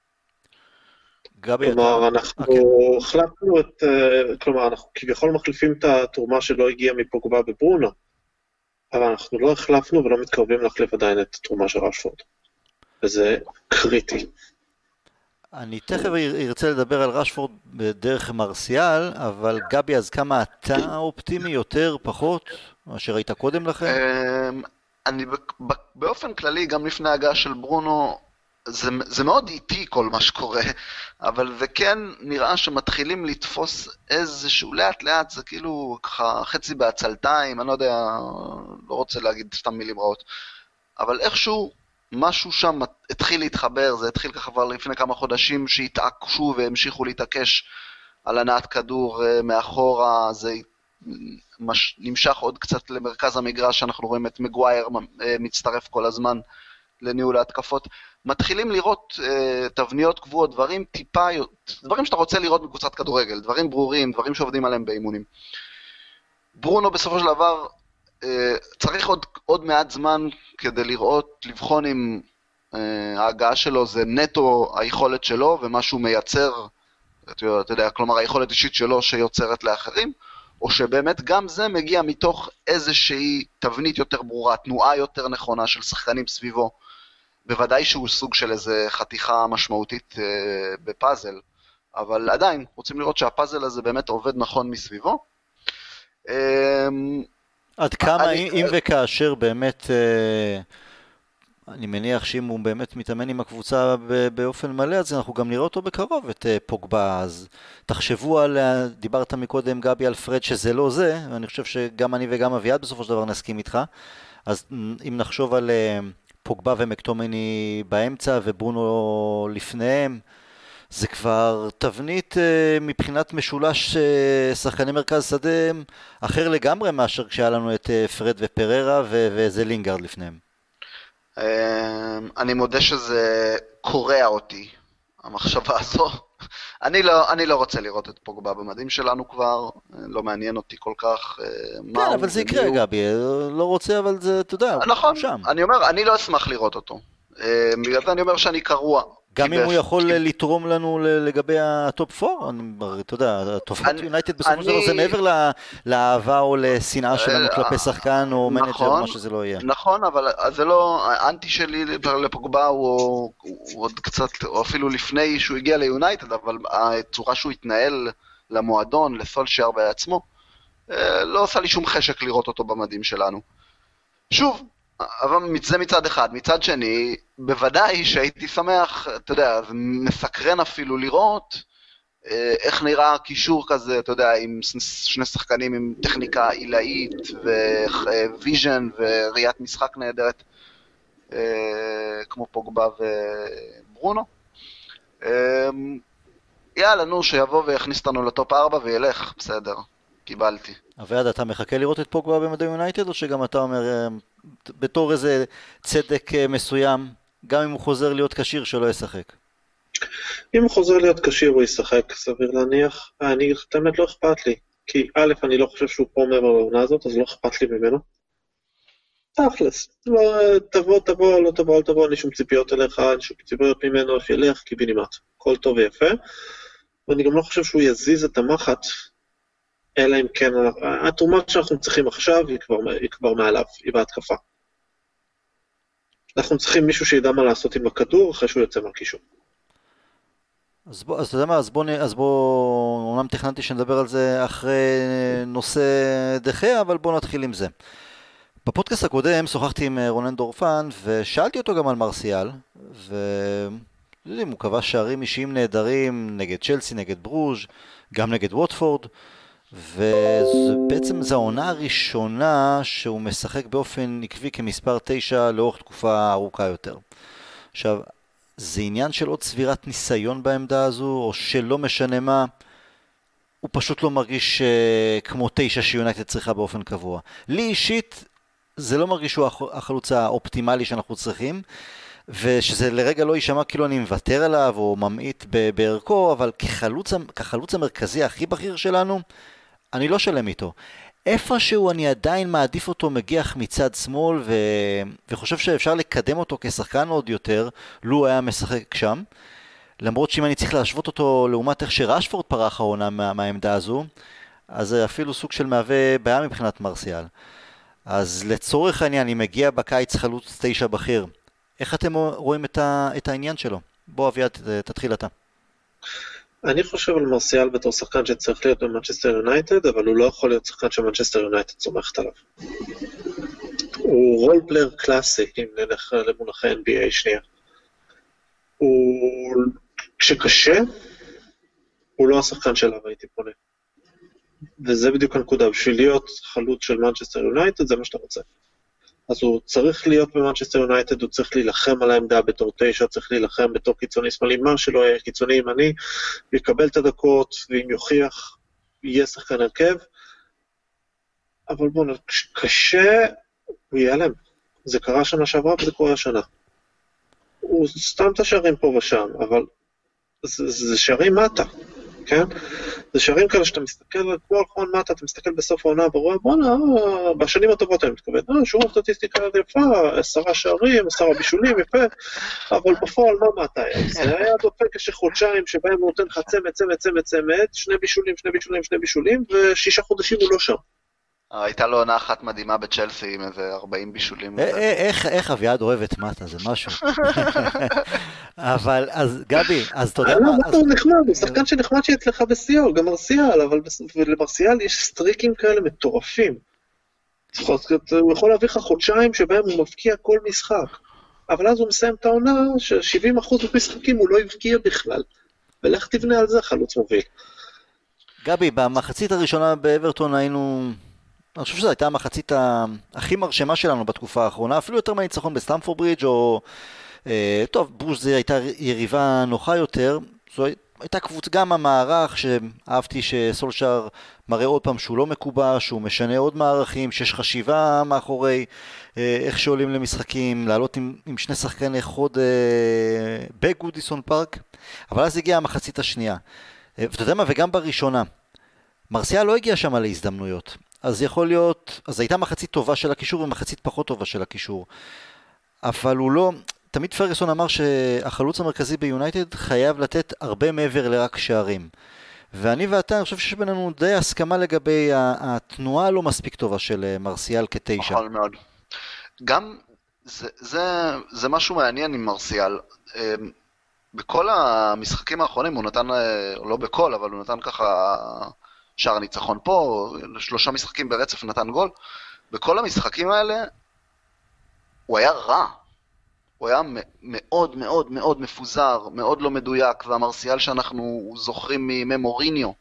כלומר, אנחנו החלטנו את, כלומר, אנחנו כביכול מחליפים את התרומה שלא הגיעה מפוגבה בברונו, אבל אנחנו לא החלפנו ולא מתקרבים להחליף עדיין את התרומה של רשפורד. וזה קריטי. אני תכף ארצה לדבר על רשפורד בדרך מרסיאל, אבל גבי, אז כמה אתה אופטימי יותר, פחות, מה שראית קודם לכן? אני באופן כללי, גם לפני ההגעה של ברונו, זה, זה מאוד איטי כל מה שקורה, אבל זה כן נראה שמתחילים לתפוס איזשהו לאט לאט, זה כאילו ככה חצי בעצלתיים, אני לא יודע, לא רוצה להגיד סתם מילים רעות, אבל איכשהו משהו שם התחיל להתחבר, זה התחיל ככה כבר לפני כמה חודשים שהתעקשו והמשיכו להתעקש על הנעת כדור מאחורה, זה מש, נמשך עוד קצת למרכז המגרש, שאנחנו רואים את מגווייר מצטרף כל הזמן לניהול ההתקפות, מתחילים לראות uh, תבניות קבועות, דברים טיפה, דברים שאתה רוצה לראות בקבוצת כדורגל, דברים ברורים, דברים שעובדים עליהם באימונים. ברונו בסופו של דבר uh, צריך עוד, עוד מעט זמן כדי לראות, לבחון אם uh, ההגעה שלו זה נטו היכולת שלו ומה שהוא מייצר, אתה, אתה יודע, כלומר היכולת אישית שלו שיוצרת לאחרים, או שבאמת גם זה מגיע מתוך איזושהי תבנית יותר ברורה, תנועה יותר נכונה של שחקנים סביבו, בוודאי שהוא סוג של איזה חתיכה משמעותית אה, בפאזל, אבל עדיין רוצים לראות שהפאזל הזה באמת עובד נכון מסביבו. אה, עד כמה, אני, אם וכאשר באמת אה, אני מניח שאם הוא באמת מתאמן עם הקבוצה באופן מלא, אז אנחנו גם נראה אותו בקרוב, את פוגבה. אז תחשבו על, דיברת מקודם גבי על פרד שזה לא זה, ואני חושב שגם אני וגם אביעד בסופו של דבר נסכים איתך. אז אם נחשוב על פוגבה ומקטומני באמצע וברונו לפניהם, זה כבר תבנית מבחינת משולש שחקני מרכז שדה אחר לגמרי מאשר כשהיה לנו את פרד ופררה וזה לינגארד לפניהם. אני מודה שזה קורע אותי, המחשבה הזו. אני לא, אני לא רוצה לראות את פוגבה במדים שלנו כבר, לא מעניין אותי כל כך. כן, אבל זה יקרה גבי, לא רוצה, אבל זה, אתה יודע, נכון, אני אומר, אני לא אשמח לראות אותו. בגלל זה אני אומר שאני קרוע. גם אם הוא יכול לתרום לנו לגבי הטופ ארבע, אתה יודע, הטופ ארבע יונייטד בסופו של דבר זה מעבר לאהבה או לשנאה שלנו כלפי שחקן או מנג'ר או מה שזה לא יהיה. נכון, אבל זה לא, האנטי שלי לפוגבה הוא עוד קצת, או אפילו לפני שהוא הגיע ליונייטד, אבל הצורה שהוא התנהל למועדון, לסולשייר בעצמו, לא עושה לי שום חשק לראות אותו במדים שלנו. שוב, אבל זה מצד אחד. מצד שני, בוודאי שהייתי שמח, אתה יודע, מסקרן אפילו לראות איך נראה קישור כזה, אתה יודע, עם שני שחקנים עם טכניקה עילאית וויז'ן וראיית משחק נהדרת, כמו פוגבה וברונו. יאללה, נו, שיבוא ויכניס אותנו לטופ ארבע וילך, בסדר, קיבלתי. אביעד, אתה מחכה לראות את פוגבה במדי יונייטד, או שגם אתה אומר, בתור איזה צדק מסוים, גם אם הוא חוזר להיות קשיר, שלא ישחק? אם הוא חוזר להיות קשיר, הוא ישחק, סביר להניח. אני, באמת לא אכפת לי, כי א', אני לא חושב שהוא פה מעבר לעונה הזאת, אז לא אכפת לי ממנו. תכלס, לא, תבוא, תבוא, לא תבוא, לא תבוא, אני שום ציפיות אליך, אני שום ציפיות ממנו, שילך, קיבינימט, כל טוב ויפה. ואני גם לא חושב שהוא יזיז את המחט, אלא אם כן, התרומה שאנחנו צריכים עכשיו היא כבר, היא כבר מעליו, היא בהתקפה. אנחנו צריכים מישהו שידע מה לעשות עם הכדור אחרי שהוא יוצא מהקישור. אז בוא, אז אתה יודע מה, אז בוא, אז בוא, אומנם תכננתי שנדבר על זה אחרי נושא דחיה, אבל בוא נתחיל עם זה. בפודקאסט הקודם שוחחתי עם רונן דורפן, ושאלתי אותו גם על מרסיאל, ויודעים, הוא קבע שערים אישיים נהדרים, נגד צ'לסי, נגד ברוז', גם נגד ווטפורד, ובעצם זו העונה הראשונה שהוא משחק באופן עקבי כמספר תשע לאורך תקופה ארוכה יותר. עכשיו, זה עניין של עוד צבירת ניסיון בעמדה הזו, או שלא משנה מה, הוא פשוט לא מרגיש uh, כמו תשע שיונייטד צריכה באופן קבוע. לי אישית, זה לא מרגיש שהוא החלוץ האופטימלי שאנחנו צריכים, ושזה לרגע לא יישמע כאילו אני מוותר עליו, או ממעיט בערכו, אבל כחלוץ, כחלוץ המרכזי הכי בכיר שלנו, אני לא שלם איתו. איפשהו אני עדיין מעדיף אותו מגיח מצד שמאל, ו... וחושב שאפשר לקדם אותו כשחקן עוד יותר, לו היה משחק שם. למרות שאם אני צריך להשוות אותו לעומת איך שרשפורד פרח העונה מה... מהעמדה הזו, אז זה אפילו סוג של מהווה בעיה מבחינת מרסיאל. אז לצורך העניין, אני מגיע בקיץ חלוץ תשע בכיר. איך אתם רואים את, ה... את העניין שלו? בוא אביעד, תתחיל אתה. אני חושב על מרסיאל בתור שחקן שצריך להיות במנצ'סטר יונייטד, אבל הוא לא יכול להיות שחקן שמנצ'סטר יונייטד צומחת עליו. הוא רול פלייר קלאסי, אם נלך למונחי אן בי איי שנייה. הוא, כשקשה, הוא לא השחקן שלו, הייתי פונה. וזה בדיוק הנקודה, בשביל להיות חלוץ של מנצ'סטר יונייטד, זה מה שאתה רוצה. אז הוא צריך להיות במנצ'סטר יונייטד, הוא צריך להילחם על העמדה בתור תשע, צריך להילחם בתור קיצוני שמאלי, מה שלא יהיה קיצוני ימני, יקבל את הדקות, ואם יוכיח, יהיה שחקן הרכב, אבל בואו, קשה, הוא ייעלם. זה קרה שנה שעברה וזה קורה השנה. הוא סתם את השערים פה ושם, אבל זה, זה שערים מטה, כן? זה שערים כאלה שאתה מסתכל, כמו על חון מטה, אתה מסתכל בסוף העונה, ורואה, בוא'נה, בשנים הטובות אני מתכוון, אה, שורה סטטיסטיקה יפה, עשרה שערים, עשרה בישולים, יפה, אבל בפועל מה מטה היה? זה היה דופק כשחודשיים שבהם הוא נותן לך צמד, צמד, צמד, צמד, שני בישולים, שני בישולים, שני בישולים, ושישה חודשים הוא לא שם. הייתה לו עונה אחת מדהימה בצ'לסי עם איזה ארבעים בישולים. איך אביעד אוהב את מטה, זה משהו. אבל, אז גבי, אז אתה יודע מה? מטה הוא נחמד, הוא שחקן שנחמד שאצלך בסיור, גם מרסיאל, אבל למרסיאל יש סטריקים כאלה מטורפים. הוא יכול להביא לך חודשיים שבהם הוא מבקיע כל משחק. אבל אז הוא מסיים את העונה ש-שבעים אחוז במשחקים הוא לא הבקיע בכלל, ולך תבנה על זה חלוץ מוביל. גבי, במחצית הראשונה באברטון היינו, אני חושב שזו הייתה המחצית הכי מרשמה שלנו בתקופה האחרונה, אפילו יותר מהניצחון בסטמפורד ברידג' או, אה, טוב, ברוש זה הייתה יריבה נוחה יותר, זו הייתה קבוצה, גם המערך שאהבתי שסולשר מראה עוד פעם שהוא לא מקובע, שהוא משנה עוד מערכים, שיש חשיבה מאחורי אה, איך שעולים למשחקים, לעלות עם, עם שני שחקני חוד אה, בגודיסון פארק, אבל אז הגיעה המחצית השנייה. ואתה יודע מה, וגם בראשונה, מרסיאל לא הגיע שם להזדמנויות, אז יכול להיות, אז הייתה מחצית טובה של הקישור ומחצית פחות טובה של הקישור, אבל הוא לא, תמיד פרגוסון אמר שהחלוץ המרכזי ביונייטד חייב לתת הרבה מעבר לרק שערים, ואני ואתה, אני חושב שיש בינינו די הסכמה לגבי התנועה הלא מספיק טובה של מרסיאל כתשע. נכון מאוד. גם, זה, זה, זה משהו מעניין עם מרסיאל, בכל המשחקים האחרונים הוא נתן, לא בכל, אבל הוא נתן ככה שער ניצחון פה, שלושה משחקים ברצף נתן גול. בכל המשחקים האלה הוא היה רע. הוא היה מאוד מאוד מאוד מפוזר, מאוד לא מדויק, והמרסיאל שאנחנו זוכרים מימי מוריניו,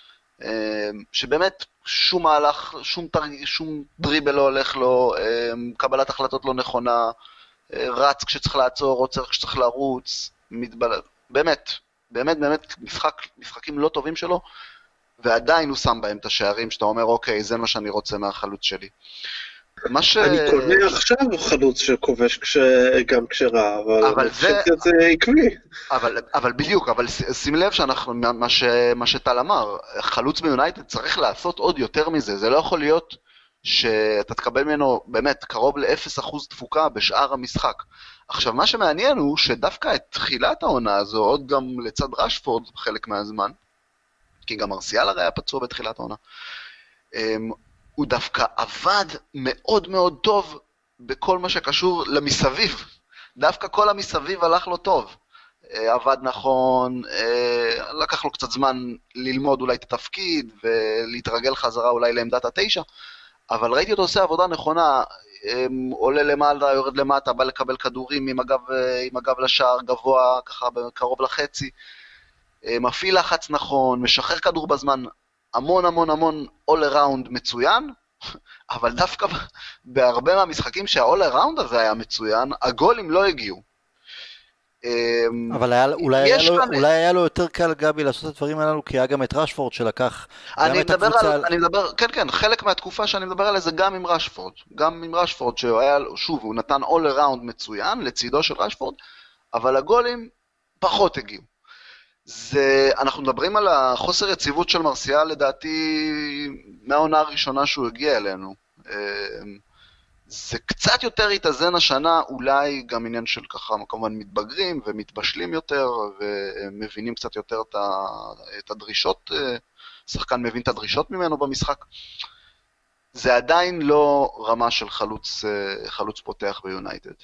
שבאמת שום מהלך, שום, תרג... שום דריבל לא הולך לו, קבלת החלטות לא נכונה, רץ כשצריך לעצור, עוצר כשצריך לרוץ, מתבל... באמת, באמת, באמת, משחק, משחקים לא טובים שלו, ועדיין הוא שם בהם את השערים, שאתה אומר, אוקיי, זה מה שאני רוצה מהחלוץ שלי. מה ש... אני קונה עכשיו חלוץ שכובש כש... גם כשרע, אבל, אבל זה... זה עקבי. אבל, אבל בדיוק, אבל שים לב שאנחנו, מה, ש... מה שטל אמר, חלוץ ביונייטד צריך לעשות עוד יותר מזה, זה לא יכול להיות שאתה תקבל ממנו באמת קרוב ל-אפס אחוז תפוקה בשאר המשחק. עכשיו, מה שמעניין הוא שדווקא את תחילת העונה הזו, עוד גם לצד רשפורד חלק מהזמן, כי גם מרסיאל הרי היה פצוע בתחילת העונה, הוא דווקא עבד מאוד מאוד טוב בכל מה שקשור למסביב. דווקא כל המסביב הלך לו טוב. עבד נכון, לקח לו קצת זמן ללמוד אולי את התפקיד, ולהתרגל חזרה אולי לעמדת התשע, אבל ראיתי אותו עושה עבודה נכונה, עולה למעלה, יורד למטה, בא לקבל כדורים עם הגב, עם הגב לשער, גבוה, ככה קרוב לחצי, מפעיל לחץ נכון, משחרר כדור בזמן, המון המון המון all around מצוין, אבל דווקא בהרבה מהמשחקים שה-all around הזה היה מצוין, הגולים לא הגיעו. אבל היה, אולי, היה לו, כאן... אולי היה לו יותר קל גבי לעשות את הדברים הללו, כי היה גם את רשפורד שלקח. אני מדבר על, על... אני מדבר, כן כן, חלק מהתקופה שאני מדבר עליה זה גם עם רשפורד, גם עם רשפורד שהיה, שוב, הוא נתן all around מצוין לצידו של רשפורד, אבל הגולים פחות הגיעו. זה, אנחנו מדברים על החוסר יציבות של מרסיאל לדעתי מהעונה הראשונה שהוא הגיע אלינו. זה קצת יותר התאזן השנה, אולי גם עניין של ככה כמובן מתבגרים ומתבשלים יותר ומבינים קצת יותר את הדרישות, שחקן מבין את הדרישות ממנו במשחק. זה עדיין לא רמה של חלוץ, חלוץ פותח ביונייטד.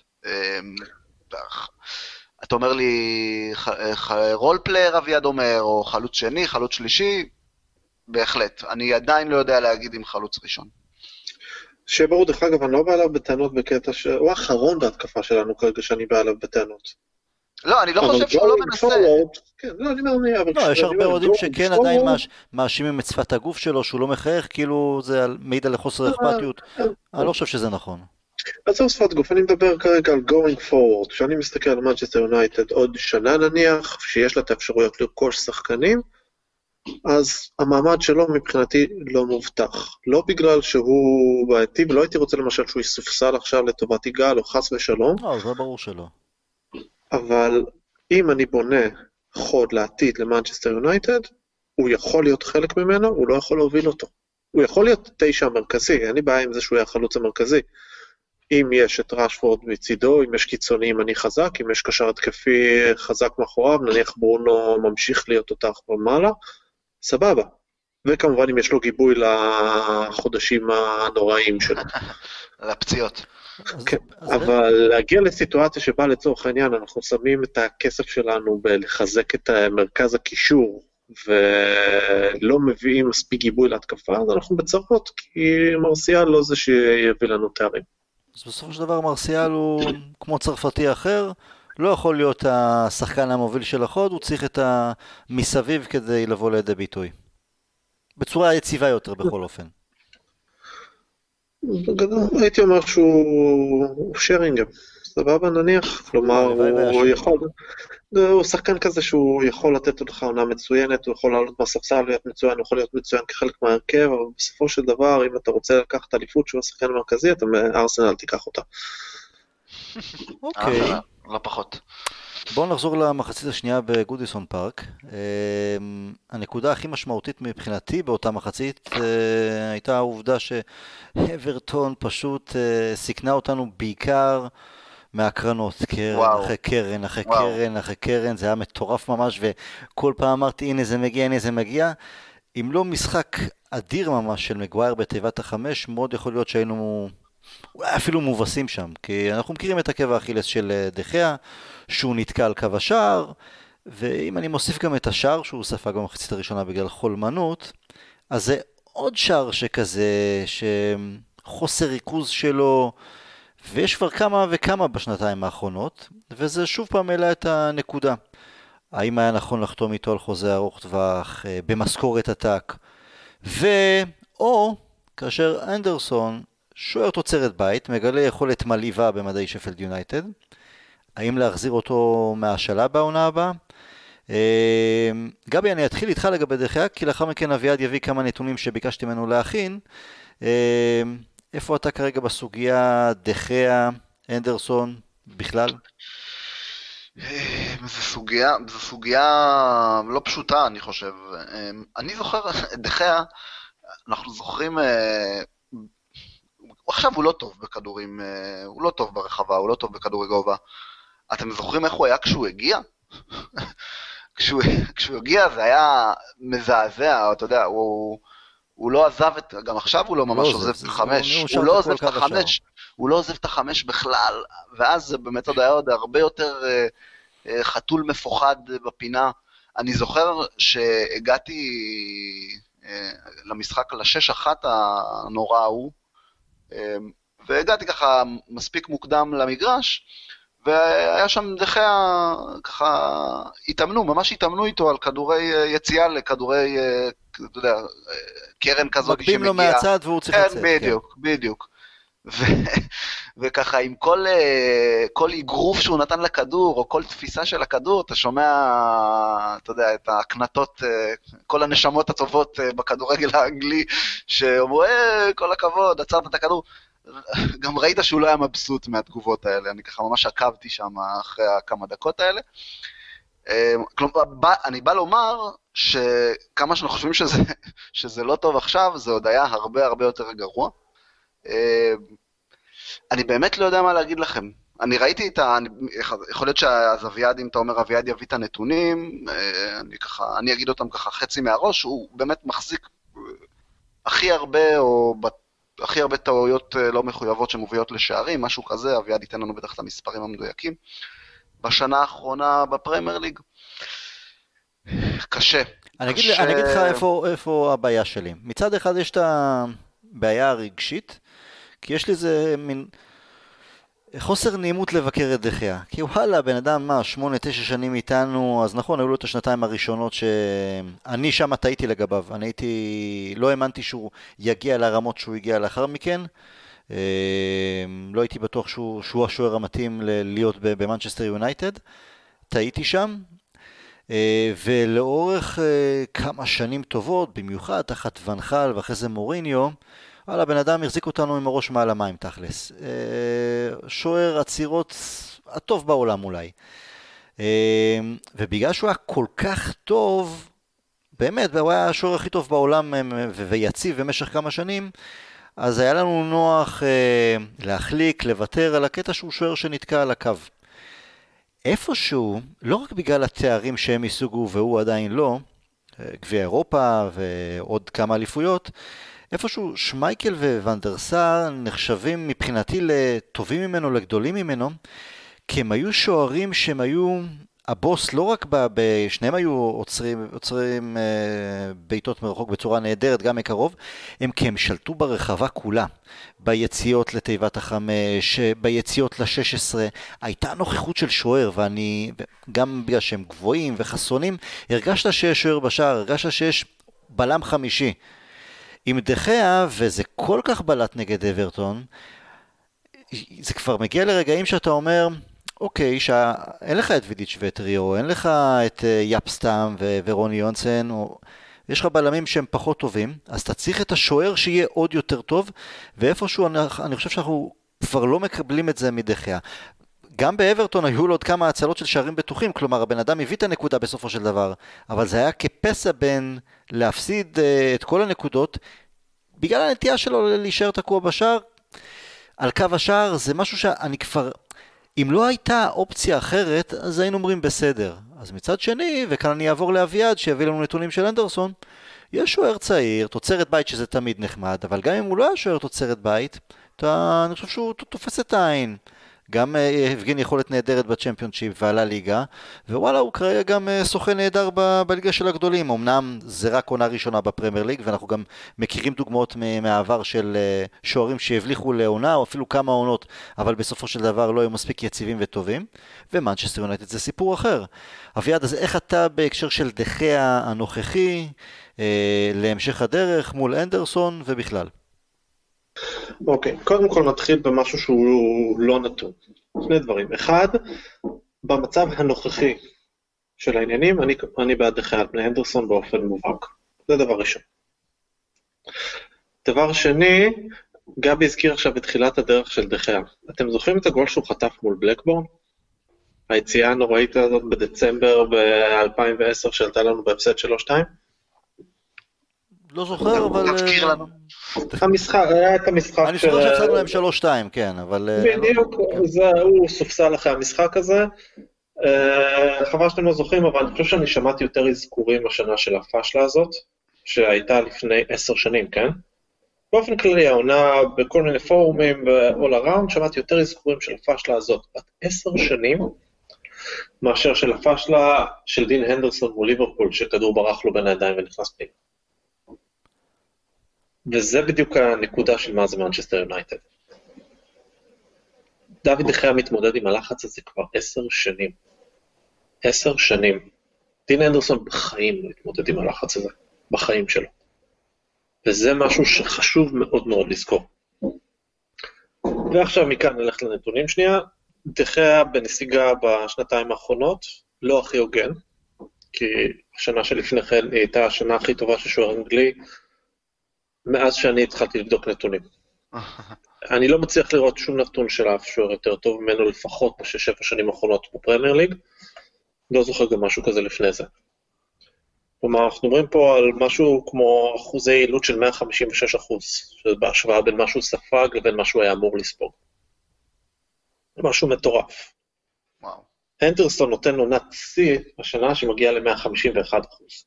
אתה אומר לי רול פלייר אביעד אומר, או חלוץ שני, חלוץ שלישי, בהחלט. אני עדיין לא יודע להגיד עם חלוץ ראשון. שברור, דרך אגב, אני לא בא עליו בטענות בקטע ש... הוא האחרון בהתקפה שלנו כרגע שאני בא עליו בטענות. לא, אני לא חושב שהוא לא מנסה. כן, לא, אני אומר, אבל... לא, יש הרבה אוהדים שכן עדיין מאשימים את שפת הגוף שלו, שהוא לא מחייך, כאילו זה מעיד על חוסר אכפתיות. אני לא חושב שזה נכון. אז זהו שפת גוף, אני מדבר כרגע על going forward, כשאני מסתכל על מנצ'סטר יונייטד עוד שנה נניח, שיש לה את האפשרויות לרכוש שחקנים, אז המעמד שלו מבחינתי לא מובטח. לא בגלל שהוא בעייתי, ולא הייתי רוצה למשל שהוא יסופסל עכשיו לטובת יגאל או חס ושלום. לא, זה ברור שלא. אבל אם אני בונה חוד לעתיד למנצ'סטר יונייטד, הוא יכול להיות חלק ממנו, הוא לא יכול להוביל אותו. הוא יכול להיות תשע המרכזי, אין לי בעיה עם זה שהוא יהיה החלוץ המרכזי. אם יש את רשפורד מצידו, אם יש קיצוניים אני חזק, אם יש קשר התקפי חזק מאחוריו, נניח ברונו ממשיך להיות אותך במעלה, סבבה. וכמובן אם יש לו גיבוי לחודשים הנוראים שלו. לפציעות. כן, אבל להגיע לסיטואציה שבה לצורך העניין אנחנו שמים את הכסף שלנו בלחזק את מרכז הקישור, ולא מביאים מספיק גיבוי להתקפה, אז אנחנו בצרות, כי מרסיאל לא זה שיביא לנו תארים. אז בסופו של דבר מרסיאל הוא כמו צרפתי אחר, לא יכול להיות השחקן המוביל של החוד, הוא צריך את המסביב כדי לבוא לידי ביטוי. בצורה יציבה יותר בכל אופן. בגדול, הייתי אומר שהוא שרינגר, סבבה נניח, כלומר הוא יכול, הוא שחקן כזה שהוא יכול לתת לך עונה מצוינת, הוא יכול לעלות מהספסל להיות מצוין, הוא יכול להיות מצוין כחלק מהרכב, אבל בסופו של דבר, אם אתה רוצה לקחת אליפות שהוא השחקן המרכזי, אתה מארסנל תיקח אותה. אוקיי. לא פחות. בואו נחזור למחצית השנייה בגודיסון פארק. הנקודה הכי משמעותית מבחינתי באותה מחצית הייתה העובדה שאברטון פשוט סיכנה אותנו בעיקר מהקרנות, קרן אחרי קרן אחרי קרן אחרי קרן, זה היה מטורף ממש, וכל פעם אמרתי הנה זה מגיע, הנה זה מגיע. אם לא משחק אדיר ממש של מגווייר בתיבת החמש, מאוד יכול להיות שהיינו אולי אפילו מובסים שם, כי אנחנו מכירים את עקב האכילס של דחיה, שהוא נתקע על קו השער, ואם אני מוסיף גם את השער שהוא ספג במחצית הראשונה בגלל חולמנות, אז זה עוד שער שכזה, שחוסר ריכוז שלו, ויש כבר כמה וכמה בשנתיים האחרונות, וזה שוב פעם העלה את הנקודה. האם היה נכון לחתום איתו על חוזה ארוך טווח, במשכורת עתק, ואו כאשר אנדרסון, שוער תוצרת בית, מגלה יכולת מלאיבה במדי שפילד יונייטד, האם להחזיר אותו מהשאלה בעונה הבאה? גבי, אני אתחיל איתך לגבי דחיה, כי לאחר מכן אביעד יביא כמה נתונים שביקשתי ממנו להכין. איפה אתה כרגע בסוגיה דחיה, אנדרסון, בכלל? זו סוגיה, זו סוגיה לא פשוטה, אני חושב. אני זוכר, דחיה, אנחנו זוכרים, עכשיו הוא לא טוב בכדורים, הוא לא טוב ברחבה, הוא לא טוב בכדורי גובה. אתם זוכרים איך הוא היה כשהוא הגיע? כשהוא, כשהוא הגיע זה היה מזעזע, אתה יודע, הוא, הוא לא עזב את, גם עכשיו הוא לא ממש לא עוזב את החמש, הוא לא עוזב את החמש, הוא לא עוזב את החמש בכלל, ואז זה באמת עוד היה עוד הרבה יותר uh, חתול מפוחד בפינה. אני זוכר שהגעתי uh, למשחק לשש אחת הנורא ההוא, uh, והגעתי ככה מספיק מוקדם למגרש, והיה שם דחיה, ככה, התאמנו, ממש התאמנו איתו על כדורי יציאה לכדורי, אתה יודע, קרן כזאת שמגיעה. מקדים לו מהצד והוא צריך לצאת. כן, בדיוק, בדיוק. וככה, עם כל, כל אגרוף שהוא נתן לכדור, או כל תפיסה של הכדור, אתה שומע, אתה יודע, את ההקנטות, כל הנשמות הטובות בכדורגל האנגלי, שאומרו, אה, כל הכבוד, עצרת את הכדור. גם ראית שהוא לא היה מבסוט מהתגובות האלה, אני ככה ממש עקבתי שם אחרי כמה דקות האלה. כלומר, אני בא לומר שכמה שאנחנו חושבים שזה, שזה לא טוב עכשיו, זה עוד היה הרבה הרבה יותר גרוע. אני באמת לא יודע מה להגיד לכם. אני ראיתי את ה... אני, יכול להיות שאז אביעד, אם אתה אומר אביעד יביא את הנתונים, אני ככה, אני אגיד אותם ככה חצי מהראש, הוא באמת מחזיק הכי הרבה, או הכי הרבה טעויות לא מחויבות שמוביות לשערים, משהו כזה, אביעד ייתן לנו בטח את המספרים המדויקים. בשנה האחרונה בפרמייר ליג, קשה. אני קשה... אגיד, אני אגיד לך איפה, איפה הבעיה שלי. מצד אחד יש את הבעיה הרגשית, כי יש לי איזה מין חוסר נעימות לבקר את דחיה. כי וואלה, בן אדם מה, שמונה, תשע שנים איתנו, אז נכון, היו לו את השנתיים הראשונות שאני שם טעיתי לגביו. אני הייתי, לא האמנתי שהוא יגיע לרמות שהוא הגיע לאחר מכן. לא הייתי בטוח שהוא, שהוא השוער המתאים להיות במנצ'סטר יונייטד. טעיתי שם. ולאורך כמה שנים טובות, במיוחד תחת ונחל ואחרי זה מוריניו, וואלה, בן אדם החזיק אותנו עם הראש מעל המים תכלס. שוער עצירות הטוב בעולם אולי. ובגלל שהוא היה כל כך טוב, באמת, הוא היה השוער הכי טוב בעולם ויציב במשך כמה שנים, אז היה לנו נוח להחליק, לוותר על הקטע שהוא שוער שנתקע על הקו. איפשהו, לא רק בגלל התארים שהם יסוגו והוא עדיין לא, גביע אירופה ועוד כמה אליפויות, איפשהו שמייקל וונדרסאר נחשבים מבחינתי לטובים ממנו, לגדולים ממנו, כי הם היו שוערים שהם היו הבוס לא רק ב... שניהם היו עוצרים, עוצרים אה, בעיטות מרחוק בצורה נהדרת, גם מקרוב, הם כי הם שלטו ברחבה כולה, ביציאות לתיבת החמש, ביציאות ל-שש עשרה, הייתה נוכחות של שוער, ואני, גם בגלל שהם גבוהים וחסונים, הרגשת שיש שוער בשער, הרגשת שיש בלם חמישי. עם דחיה, וזה כל כך בלט נגד אברטון, זה כבר מגיע לרגעים שאתה אומר, אוקיי, שאין לך את וידיץ' וטריו, אין לך את יפסטאם ו- ורוני יונסן, או... יש לך בלמים שהם פחות טובים, אז אתה צריך את השוער שיהיה עוד יותר טוב, ואיפשהו אני, אני חושב שאנחנו כבר לא מקבלים את זה מדחיה. גם באברטון היו לו עוד כמה הצלות של שערים בטוחים, כלומר הבן אדם הביא את הנקודה בסופו של דבר, אבל זה היה כפסע בין להפסיד uh, את כל הנקודות, בגלל הנטייה שלו להישאר תקוע בשער, על קו השער זה משהו שאני כבר, אם לא הייתה אופציה אחרת, אז היינו אומרים בסדר. אז מצד שני, וכאן אני אעבור לאביעד שיביא לנו נתונים של אנדרסון, יש שוער צעיר, תוצרת בית שזה תמיד נחמד, אבל גם אם הוא לא היה שוער תוצרת בית, אתה, אני חושב שהוא תופס את העין. גם הפגין יכולת נהדרת בצ'מפיונשיפ ועלה ליגה, ווואלה הוא כרגע גם סוכן נהדר ב- בליגה של הגדולים. אמנם זה רק עונה ראשונה בפרמייר ליג, ואנחנו גם מכירים דוגמאות מהעבר של שוערים שהבליחו לעונה, או אפילו כמה עונות, אבל בסופו של דבר לא היו מספיק יציבים וטובים, ומנצ'סטר יונייטד זה סיפור אחר. אביעד, אז איך אתה בהקשר של דחיה הנוכחי, אה, להמשך הדרך מול אנדרסון ובכלל? אוקיי, קודם כל נתחיל במשהו שהוא לא נתון. שני דברים. אחד, במצב הנוכחי של העניינים, אני, אני בעד דחיה על פני אנדרסון באופן מובהק. זה דבר ראשון. דבר שני, גבי הזכיר עכשיו בתחילת הדרך של דחיה. אתם זוכרים את הגול שהוא חטף מול בלקבורן? היציאה הנוראית הזאת בדצמבר ב-אלפיים ועשר שעלתה לנו בהפסד שלוש שתיים? לא זוכר, אבל... תזכיר לנו. המשחק, היה את המשחק אני זוכר שהפסדנו להם שלוש שתיים, כן, אבל... בדיוק, הוא סופסל אחרי המשחק הזה. חבל שאתם לא זוכרים, אבל אני חושב שאני שמעתי יותר אזכורים השנה של הפשלה הזאת, שהייתה לפני עשר שנים, כן? באופן כללי, העונה בכל מיני פורומים ו-all around, שמעתי יותר אזכורים של הפשלה הזאת, בת עשר שנים, מאשר של הפשלה של דין הנדרסון מול ליברפול, שכדור ברח לו בין הידיים ונכנס פנימה. וזה בדיוק הנקודה של מה זה מנצ'סטר יונייטד. דוד דחיה מתמודד עם הלחץ הזה כבר עשר שנים. עשר שנים. דין אנדרסון בחיים לא התמודד עם הלחץ הזה, בחיים שלו. וזה משהו שחשוב מאוד מאוד לזכור. ועכשיו מכאן נלך לנתונים שנייה. דחיה בנסיגה בשנתיים האחרונות, לא הכי הוגן, כי השנה שלפני כן הייתה השנה הכי טובה של שוער אנגלי, מאז שאני התחלתי לבדוק נתונים. אני לא מצליח לראות שום נתון של אף שוער יותר טוב ממנו לפחות בשש שבע שנים האחרונות בפרמייר ליג, לא זוכר גם משהו כזה לפני זה. כלומר, אנחנו מדברים פה על משהו כמו אחוזי יעילות של מאה חמישים ושש אחוז, שזה בהשוואה בין משהו ספג לבין משהו היה אמור לספוג. זה משהו מטורף. וואו. אנדרסון נותן עונת שיא השנה שמגיעה ל-מאה חמישים ואחד אחוז.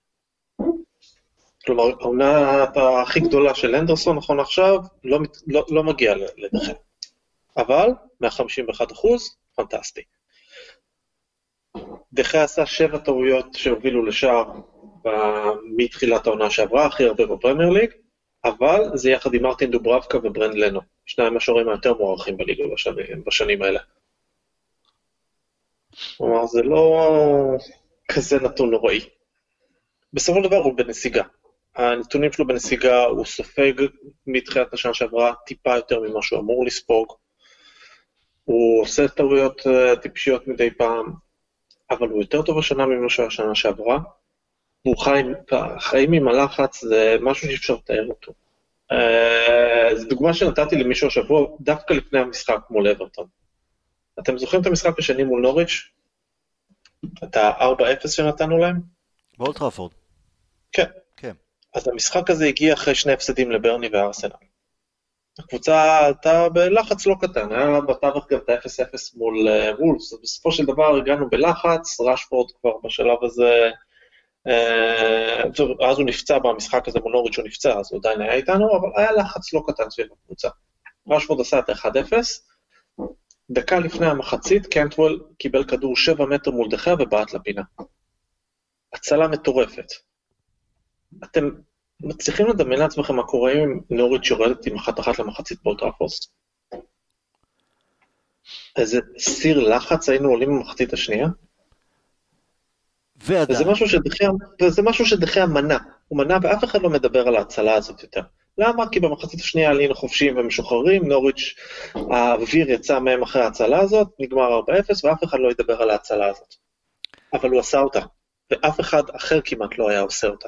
כלומר, העונה הכי גדולה של אנדרסון, נכון עכשיו, לא, לא, לא מגיעה לדחיה. אבל, מאה חמישים ואחד אחוז, פנטסטי. דחיה עשה שבע טעויות שהובילו לשער מתחילת העונה שעברה, הכי הרבה בפרמייר ליג, אבל זה יחד עם מרטין דוברבקה וברנד לנו, שניים השוערים היותר מוערכים בליגה בשנים, בשנים האלה. כלומר, זה לא כזה נתון נוראי. בסופו של דבר הוא בנסיגה. הנתונים שלו בנסיגה, הוא סופג מתחילת השנה שעברה טיפה יותר ממה שהוא אמור לספוג, הוא עושה טעויות טיפשיות מדי פעם, אבל הוא יותר טוב השנה ממה שהשנה שעברה, והוא חיים, חיים עם הלחץ, זה משהו שאפשר לתאר אותו. זו דוגמה שנתתי למישהו השבוע, דווקא לפני המשחק מול אברטון. אתם זוכרים את המשחק השני מול נוריץ'? את ה-ארבע אפס שנתנו להם? באולד טראפורד. כן. כן. אז המשחק הזה הגיע אחרי שני הפסדים לברני וארסנל. הקבוצה עלתה בלחץ לא קטן, היה בתווך גם את ה-אפס אפס מול וולפס, בסופו של דבר הגענו בלחץ, רשפורד כבר בשלב הזה, אז הוא נפצע במשחק הזה מול נוריץ' הוא נפצע, אז הוא עדיין היה איתנו, אבל היה לחץ לא קטן סביב הקבוצה. רשפורד עשה את ה-אחד אפס, דקה לפני המחצית, קנטוול קיבל כדור שבע מטר מול דחיה ובעט לפינה. הצלה מטורפת. אתם מצליחים לדמיין לעצמכם מה קורה אם נוריץ' יורדת עם אחת אחת למחצית באולטראפורד? איזה סיר לחץ היינו עולים במחצית השנייה? וזה משהו שדחיה, וזה משהו שדחיה מנע. הוא מנע ואף אחד לא מדבר על ההצלה הזאת יותר. למה? כי במחצית השנייה עלינו חופשיים ומשוחררים, נוריץ' האוויר יצא מהם אחרי ההצלה הזאת, נגמר ארבע אפס ואף אחד לא ידבר על ההצלה הזאת. אבל הוא עשה אותה, ואף אחד אחר כמעט לא היה עושה אותה.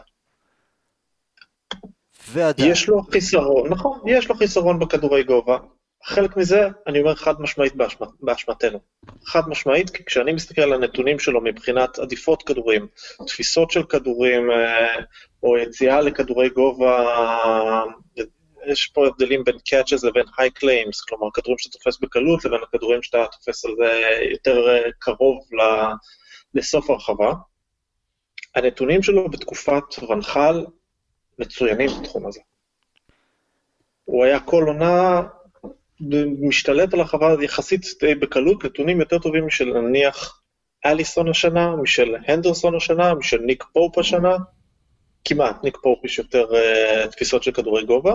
ועדיין. יש לו חיסרון, נכון, יש לו חיסרון בכדורי גובה. חלק מזה, אני אומר חד משמעית באשמת, באשמתנו. חד משמעית, כי כשאני מסתכל על הנתונים שלו מבחינת עדיפות כדורים, תפיסות של כדורים, או יציאה לכדורי גובה, יש פה הבדלים בין catches לבין high claims, כלומר כדורים שאתה תופס בקלות, לבין הכדורים שאתה תופס על זה יותר קרוב לסוף הרחבה. הנתונים שלו בתקופת ונחל מצוינים בתחום הזה. הוא היה כל עונה משתלט על הרחבה יחסית די בקלות, נתונים יותר טובים משל נניח אליסון השנה, משל הנדרסון השנה, משל ניק פופ השנה, כמעט, ניק פופ יש יותר uh, תפיסות של כדורי גובה.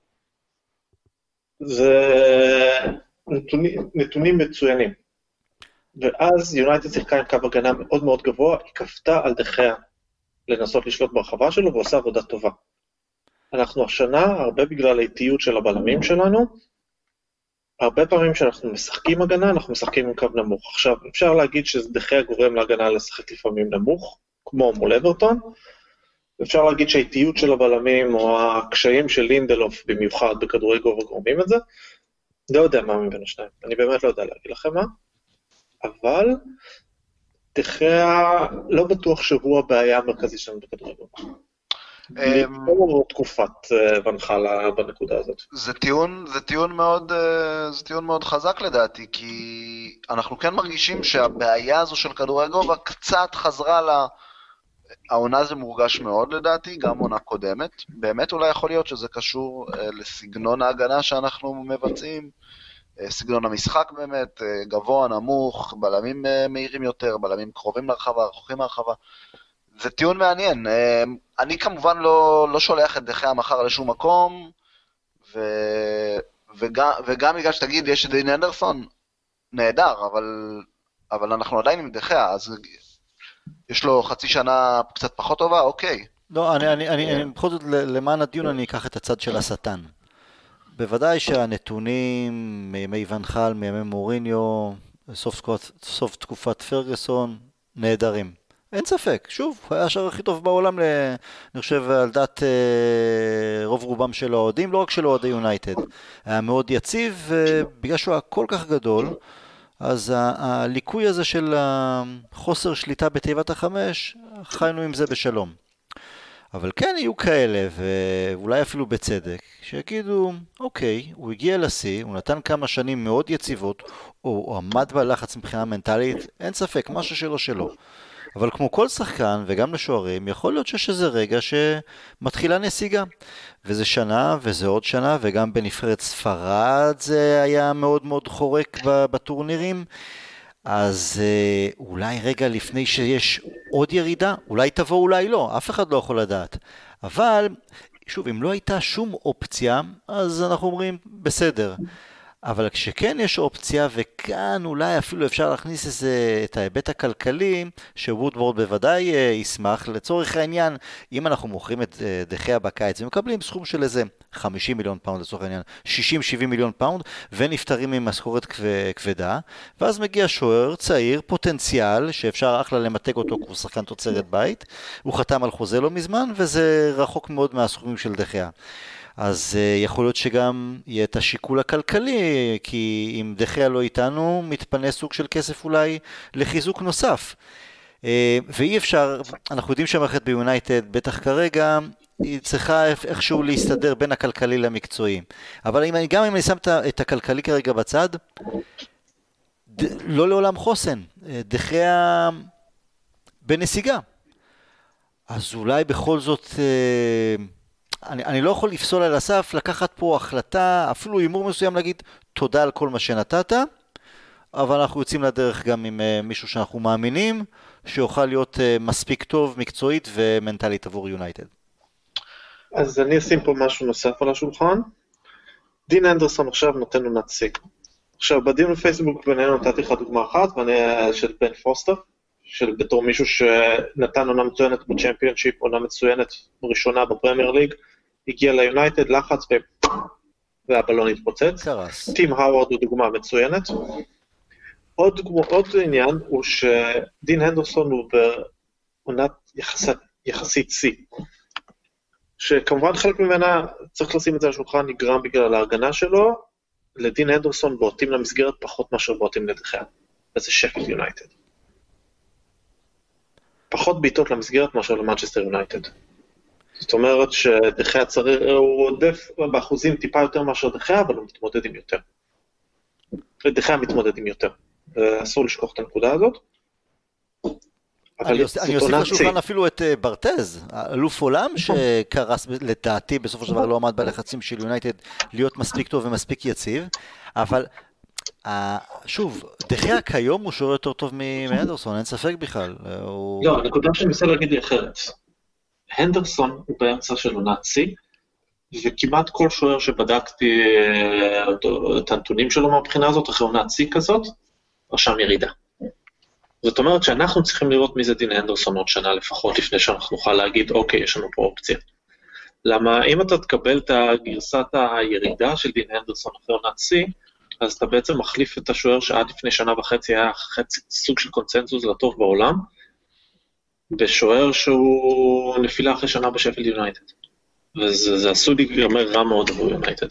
זה נתונים, נתונים מצוינים. ואז יונייטד שיחקה עם קו הגנה מאוד מאוד גבוה, היא כפתה על דחיה לנסות לשלוט ברחבה שלו, ועושה עבודה טובה. אנחנו השנה, הרבה בגלל האיטיות של הבלמים שלנו, הרבה פעמים שאנחנו משחקים הגנה, אנחנו משחקים עם קו נמוך. עכשיו, אפשר להגיד שדחיה גורם להגנה לשחק לפעמים נמוך, כמו מול אברטון, אפשר להגיד שהאיטיות של הבלמים, או הקשיים של לינדלוף במיוחד בכדורי גובה גורמים את זה, לא יודע מה מבין השניים, אני באמת לא יודע להגיד לכם מה, אבל דחיה לא בטוח שהוא הבעיה המרכזית שלנו בכדורי גובה. או תקופת ונחל בנקודה הזאת. זה טיעון, זה טיעון מאוד, זה טיעון מאוד חזק לדעתי, כי אנחנו כן מרגישים שהבעיה הזו של כדורי גובה קצת חזרה ל... העונה זה מורגש מאוד לדעתי, גם עונה קודמת. באמת אולי יכול להיות שזה קשור לסגנון ההגנה שאנחנו מבצעים, סגנון המשחק באמת, גבוה, נמוך, בלמים מהירים יותר, בלמים קרובים לרחבה, רחוקים לרחבה. זה טיעון מעניין. אני כמובן לא, לא שולח את דחיה מחר לשום מקום, ו, וגם, וגם בגלל שתגיד, יש את דין אנדרסון, נהדר, אבל, אבל אנחנו עדיין עם דחיה, אז יש לו חצי שנה קצת פחות טובה, אוקיי. לא, אני, אני, אני, אני בכל זאת, למען הדיון אני אקח את הצד של השטן. בוודאי שהנתונים מימי ונחל, מימי מוריניו, סוף, סוף תקופת פרגוסון, נהדרים. אין ספק, שוב, הוא היה השער הכי טוב בעולם, אני חושב, על דעת רוב רובם של האוהדים, לא רק של אוהדי יונייטד. היה מאוד יציב, ובגלל שהוא היה כל כך גדול, אז הליקוי הזה של חוסר שליטה בתיבת החמש, חיינו עם זה בשלום. אבל כן יהיו כאלה, ואולי אפילו בצדק, שיגידו, אוקיי, הוא הגיע לשיא, הוא נתן כמה שנים מאוד יציבות, הוא עמד בלחץ מבחינה מנטלית, אין ספק, משהו שלו שלו. אבל כמו כל שחקן וגם לשוערים, יכול להיות שיש איזה רגע שמתחילה נסיגה. וזה שנה וזה עוד שנה, וגם בנבחרת ספרד זה היה מאוד מאוד חורק בטורנירים. אז אולי רגע לפני שיש עוד ירידה, אולי תבוא, אולי לא, אף אחד לא יכול לדעת. אבל, שוב, אם לא הייתה שום אופציה, אז אנחנו אומרים, בסדר. אבל כשכן יש אופציה, וכאן אולי אפילו אפשר להכניס איזה, את ההיבט הכלכלי, שוודוורד בוודאי ישמח, לצורך העניין, אם אנחנו מוכרים את דחיה בקיץ, ומקבלים סכום של איזה חמישים מיליון פאונד לצורך העניין, שישים שבעים מיליון פאונד, ונפטרים ממשכורת כבדה, ואז מגיע שוער צעיר, פוטנציאל, שאפשר אחלה למתג אותו כמו שחקן תוצרת בית, הוא חתם על חוזה לא מזמן, וזה רחוק מאוד מהסכומים של דחיה. אז uh, יכול להיות שגם יהיה את השיקול הכלכלי, כי אם דחיה לא איתנו, מתפנה סוג של כסף אולי לחיזוק נוסף. Uh, ואי אפשר, אנחנו יודעים שהמערכת ביונייטד, בטח כרגע, היא צריכה איכשהו להסתדר בין הכלכלי למקצועי. אבל אם, גם אם אני שם את הכלכלי כרגע בצד, ד, לא לעולם חוסן, דחיה בנסיגה. אז אולי בכל זאת... Uh, אני, אני לא יכול לפסול על הסף, לקחת פה החלטה, אפילו אימור מסוים להגיד, תודה על כל מה שנתת, אבל אנחנו יוצאים לדרך גם עם uh, מישהו שאנחנו מאמינים, שיוכל להיות uh, מספיק טוב, מקצועית ומנטלית עבור יונייטד. אז אני אשים פה משהו נוסף על השולחן. דין אנדרסון עכשיו נותן עונת שיא. עכשיו, בדיון בפייסבוק בינינו נתתי לך דוגמה אחת, ואני של בן פוסטר, של בתור מישהו שנתן עונה מצוינת בצ'מפיונשיפ, עונה מצוינת ראשונה בפרמייר ליג, הגיע ליונייטד, לחץ ו... והבלון התפוצץ. קרס. טים האוורד הוא דוגמה מצוינת. עוד, דוגמה, עוד עניין הוא שדין הנדרסון הוא בעונת יחסית, יחסית שיא. שכמובן חלק ממנה, צריך לשים את זה על השולחן, נגרם בגלל ההגנה שלו, לדין הנדרסון בועטים למסגרת פחות מאשר בועטים לדחיה. וזה שפילד יונייטד. פחות בעיטות למסגרת מאשר למנצ'סטר יונייטד. זאת אומרת שדחיה צריך, הוא עודף באחוזים טיפה יותר מאשר דחיה, אבל הוא מתמודד עם יותר. דחיה מתמודד עם יותר. אסור לשכוח את הנקודה הזאת. אני אוסיף לשולחן אפילו את ברטז, אלוף עולם שקרס לדעתי בסופו של דבר לא עמד בלחצים של יונייטד להיות מספיק טוב ומספיק יציב, אבל שוב, דחיה כיום הוא שוער יותר טוב מהנדרסון, אין ספק בכלל. לא, הנקודה שאני מנסה להגיד היא אחרת. הנדרסון הוא באמצע של עונת שיא, וכמעט כל שוער שבדקתי את הנתונים שלו מהבחינה הזאת, אחרי עונת שיא כזאת, רשם ירידה. זאת אומרת שאנחנו צריכים לראות מי זה דין הנדרסון עוד שנה לפחות, לפני שאנחנו נוכל להגיד, אוקיי, יש לנו פה אופציה. למה אם אתה תקבל את גרסת הירידה של דין הנדרסון אחרי עונת שיא, אז אתה בעצם מחליף את השוער שעד לפני שנה וחצי היה חצי, סוג של קונצנזוס לטוב בעולם, בשוער שהוא נפילה אחרי שנה בשפילד יונייטד. וזה עשוי להיגמר רע מאוד עבור יונייטד.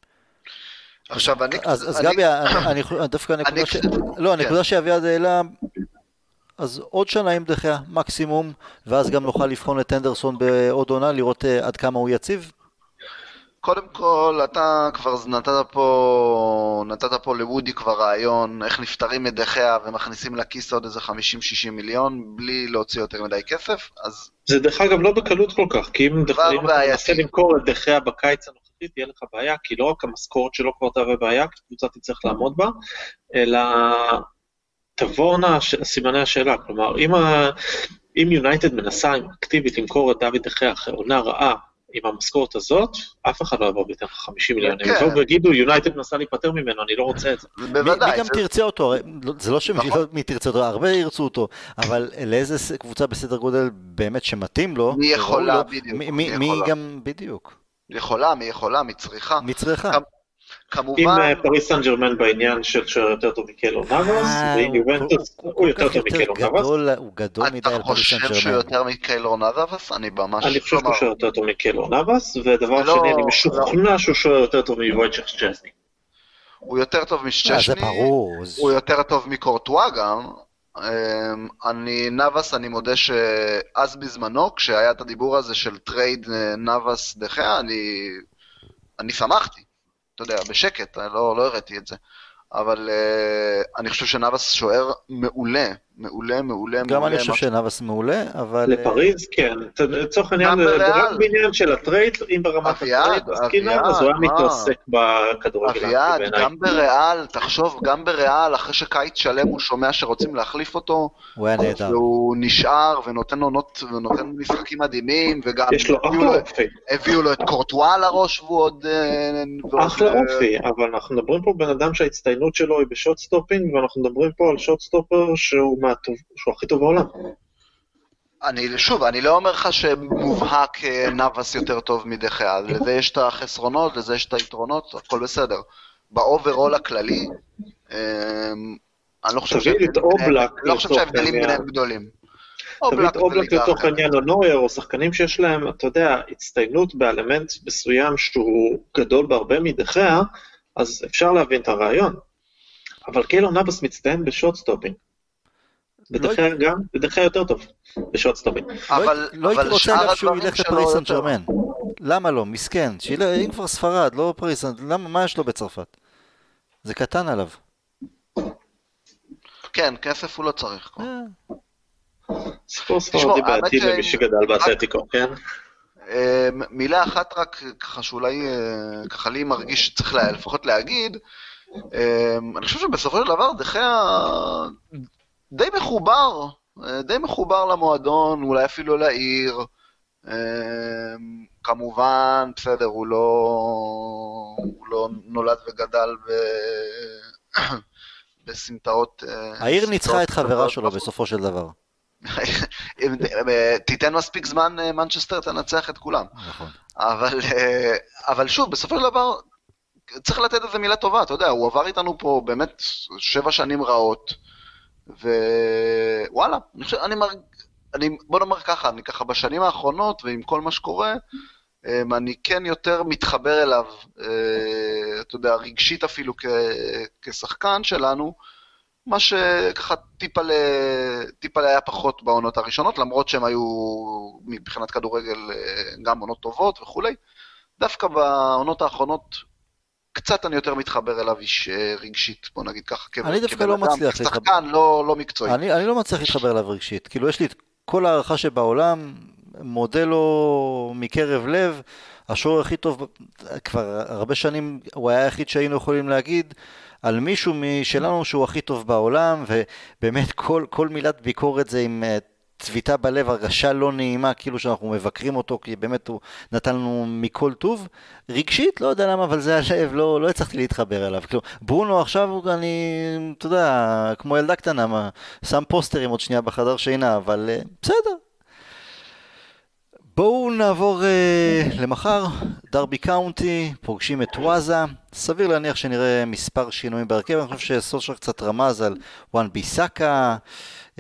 עכשיו אני... אז גבי, דווקא הנקודה ש... לא, הנקודה שאביעד העלה, אז עוד שנה עם דחיה, מקסימום, ואז גם נוכל לבחון את הנדרסון בעוד עונה, לראות עד כמה הוא יציב? קודם כל, אתה כבר נתת פה, נתת פה לוודי כבר רעיון, איך נפטרים מדחיה ומכניסים לכיס עוד איזה חמישים שישים מיליון, בלי להוציא יותר מדי כסף, אז... זה דרך אגב לא בקלות כל כך, כי אם אתה מנסה למכור את דחיה בקיץ הנוכחי, תהיה לך בעיה, כי לא רק המשכורת שלו כבר תהווה בעיה, כי קבוצה תצטרך לעמוד בה, אלא תבואנה סימני השאלה, כלומר, אם יונייטד מנסה אקטיבית למכור את דוד דחיה אחרי עונה רעה, עם המשכורת הזאת, אף אחד לא יבוא ביתן חמישים מיליון. הם יבואו ויגידו, יונייטד מנסה להיפטר ממנו, אני לא רוצה את זה. בוודאי. מי גם תרצה אותו? זה לא שמי תרצה אותו, הרבה ירצו אותו, אבל לאיזה קבוצה בסדר גודל באמת שמתאים לו? מי יכולה בדיוק. מי גם בדיוק? יכולה, מי יכולה, מי צריכה. מי צריכה. כמובן... אם פריס סן ז'רמן בעניין של שוער יותר טוב מקלו נאבס, ויובנטוס הוא יותר טוב מקלו נאבס. הוא גדול מדי על פריס סן ז'רמן. אתה חושב שהוא יותר מקלו נאבס? אני ממש... אני חושב שהוא שוער יותר טוב מקלו נאבס, ודבר שני, אני משוכנע שהוא שוער יותר טוב מוויצ'ך צ'סני. הוא יותר טוב משצ'סני, זה ברור. הוא יותר טוב מקורטואה גם. אני נאבס, אני מודה שאז בזמנו, כשהיה את הדיבור הזה של טרייד נאבס דחיה, אני שמחתי. אתה יודע, בשקט, לא, לא הראיתי את זה. אבל uh, אני חושב שנאבס שוער מעולה, מעולה, מעולה, גם מעולה. אני חושב שנאבס מעולה, אבל... לפריז, כן. לצורך העניין, רק בעניין של הטרייד, אם ברמת הטרייד, אז כאילו, אז הוא היה מתעסק בכדורגל. אביעד, גם בריאל, תחשוב, גם בריאל, אחרי שקיץ שלם הוא שומע שרוצים להחליף אותו, הוא היה נהדר. והוא נשאר ונותן עונות, ונותן משחקים מדהימים, וגם הביאו לו את קורטואה לראש, והוא עוד... אחלה אופי, אבל אנחנו מדברים פה בן אדם שההצטיינות שלו היא בשוט סטופינג, ואנחנו מדברים פה על שוט סטופר שהוא מהטוב, שהוא הכי טוב בעולם. אני, שוב, אני לא אומר לך שמובהק נאבס יותר טוב מדחיה, לזה יש את החסרונות, לזה יש את היתרונות, הכל בסדר. באוברול הכללי, אני לא חושב שההבדלים ביניהם גדולים. תביא אובלק לתוך העניין או נויר, או שחקנים שיש להם, אתה יודע, הצטיינות באלמנט מסוים שהוא גדול בהרבה מדחיה, אז אפשר להבין את הרעיון. אבל קיילור נאבס מצטיין בשוט סטופינג. בדחיה גם, בדחיה יותר טוב, בשוט סטופינג. לא הייתי רוצה אגב שהוא ילך לפריס סן ז'רמן. למה לא? מסכן. אם כבר ספרד, לא פריס סן, מה יש לו בצרפת? זה קטן עליו. כן, כסף הוא לא צריך. סיפור ספרדי בעתיד למי שגדל באתלטיקו, כן? מילה אחת רק, ככה שאולי, ככה לי מרגיש שצריך לפחות להגיד, אני חושב שבסופו של דבר דחיה די מחובר, די מחובר למועדון, אולי אפילו לעיר. כמובן, בסדר, הוא לא, הוא לא נולד וגדל ב... בסמטאות... העיר ניצחה את חברה שלו בסופו של דבר. תיתן מספיק זמן, מנצ'סטר תנצח את כולם. נכון. אבל, אבל שוב, בסופו של דבר, צריך לתת איזה מילה טובה, אתה יודע, הוא עבר איתנו פה באמת שבע שנים רעות, ווואלה, אני חושב, אני מרג... אני, בוא נאמר ככה, אני ככה בשנים האחרונות, ועם כל מה שקורה, אני כן יותר מתחבר אליו, אתה יודע, רגשית אפילו כ, כשחקן שלנו, מה שככה טיפה, ל, טיפה היה פחות בעונות הראשונות, למרות שהם היו מבחינת כדורגל גם עונות טובות וכולי, דווקא בעונות האחרונות, קצת אני יותר מתחבר אליו איש רגשית, בוא נגיד ככה, אני דווקא לא מצליח כשחקן לא, לא מקצועי. אני, אני לא מצליח להתחבר אליו רגשית, כאילו יש לי את כל הערכה שבעולם, מודה לו מקרב לב, השוער הכי טוב, כבר הרבה שנים הוא היה היחיד שהיינו יכולים להגיד, על מישהו משלנו שהוא הכי טוב בעולם, ובאמת כל, כל מילת ביקורת זה עם צביטה בלב, הרגשה לא נעימה, כאילו שאנחנו מבקרים אותו, כי באמת הוא נתן לנו מכל טוב. רגשית, לא יודע למה, אבל זה הלב, לא, לא הצלחתי להתחבר אליו. כאילו, ברונו עכשיו, אני, אתה יודע, כמו ילדה קטנה, מה, שם פוסטרים עוד שנייה בחדר שינה, אבל בסדר. בואו נעבור uh, למחר, דרבי קאונטי, פוגשים את וואזה, סביר להניח שנראה מספר שינויים בהרכב, אני חושב שסושר קצת רמז על וואן ביסאקה, uh,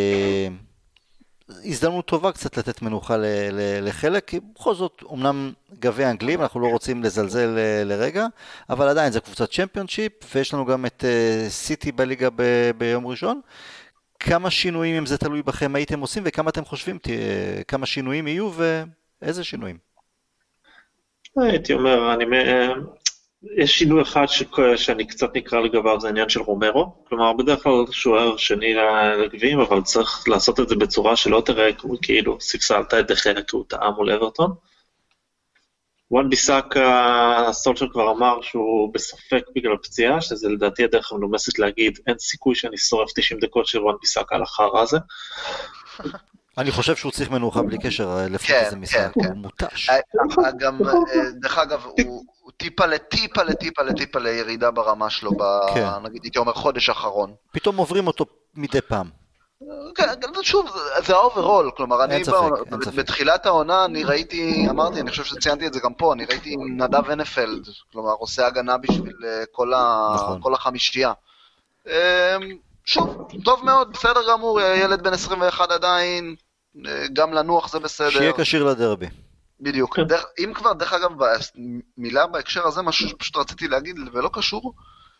הזדמנות טובה קצת לתת מנוחה ל- ל- לחלק, כי בכל זאת אמנם גבי אנגלים, אנחנו לא רוצים לזלזל ל- לרגע, אבל עדיין זה קבוצת צ'מפיונשיפ, ויש לנו גם את uh, סיטי בליגה ב- ביום ראשון, כמה שינויים, אם זה תלוי בכם, הייתם עושים, וכמה אתם חושבים, כמה שינויים יהיו, ואיזה שינויים? הייתי אומר, אני, יש שינוי אחד ש... שאני קצת נקרא לגביו, זה העניין של רומרו, כלומר, בדרך כלל שוער שני לגביעים, אבל צריך לעשות את זה בצורה שלא תראה, כאילו, ספסלת את דחיה, כי הוא טעה מול אברטון. וואן ביסאקה, סולשר כבר אמר שהוא בספק בגלל פציעה, שזה לדעתי הדרך המנומסת להגיד, אין סיכוי שאני שורף תשעים דקות של וואן ביסאקה על החרא הזה. אני חושב שהוא צריך מנוחה בלי קשר, לפי איזה משחק, הוא מוטש. גם, דרך אגב, הוא טיפה לטיפה לטיפה לטיפה לירידה ברמה שלו, נגיד, הייתי אומר, חודש האחרון. פתאום עוברים אותו מדי פעם. שוב, זה האוברול, כלומר, אני בתחילת העונה, אני ראיתי, אמרתי, אני חושב שציינתי את זה גם פה, אני ראיתי נדב הנפלד, כלומר, עושה הגנה בשביל כל החמישייה. שוב, טוב מאוד, בסדר גמור, ילד בן עשרים ואחת עדיין, גם לנוח זה בסדר. שיהיה קשיר לדרבי. בדיוק. אם כבר, דרך אגב, מילה בהקשר הזה, משהו שפשוט רציתי להגיד, ולא קשור,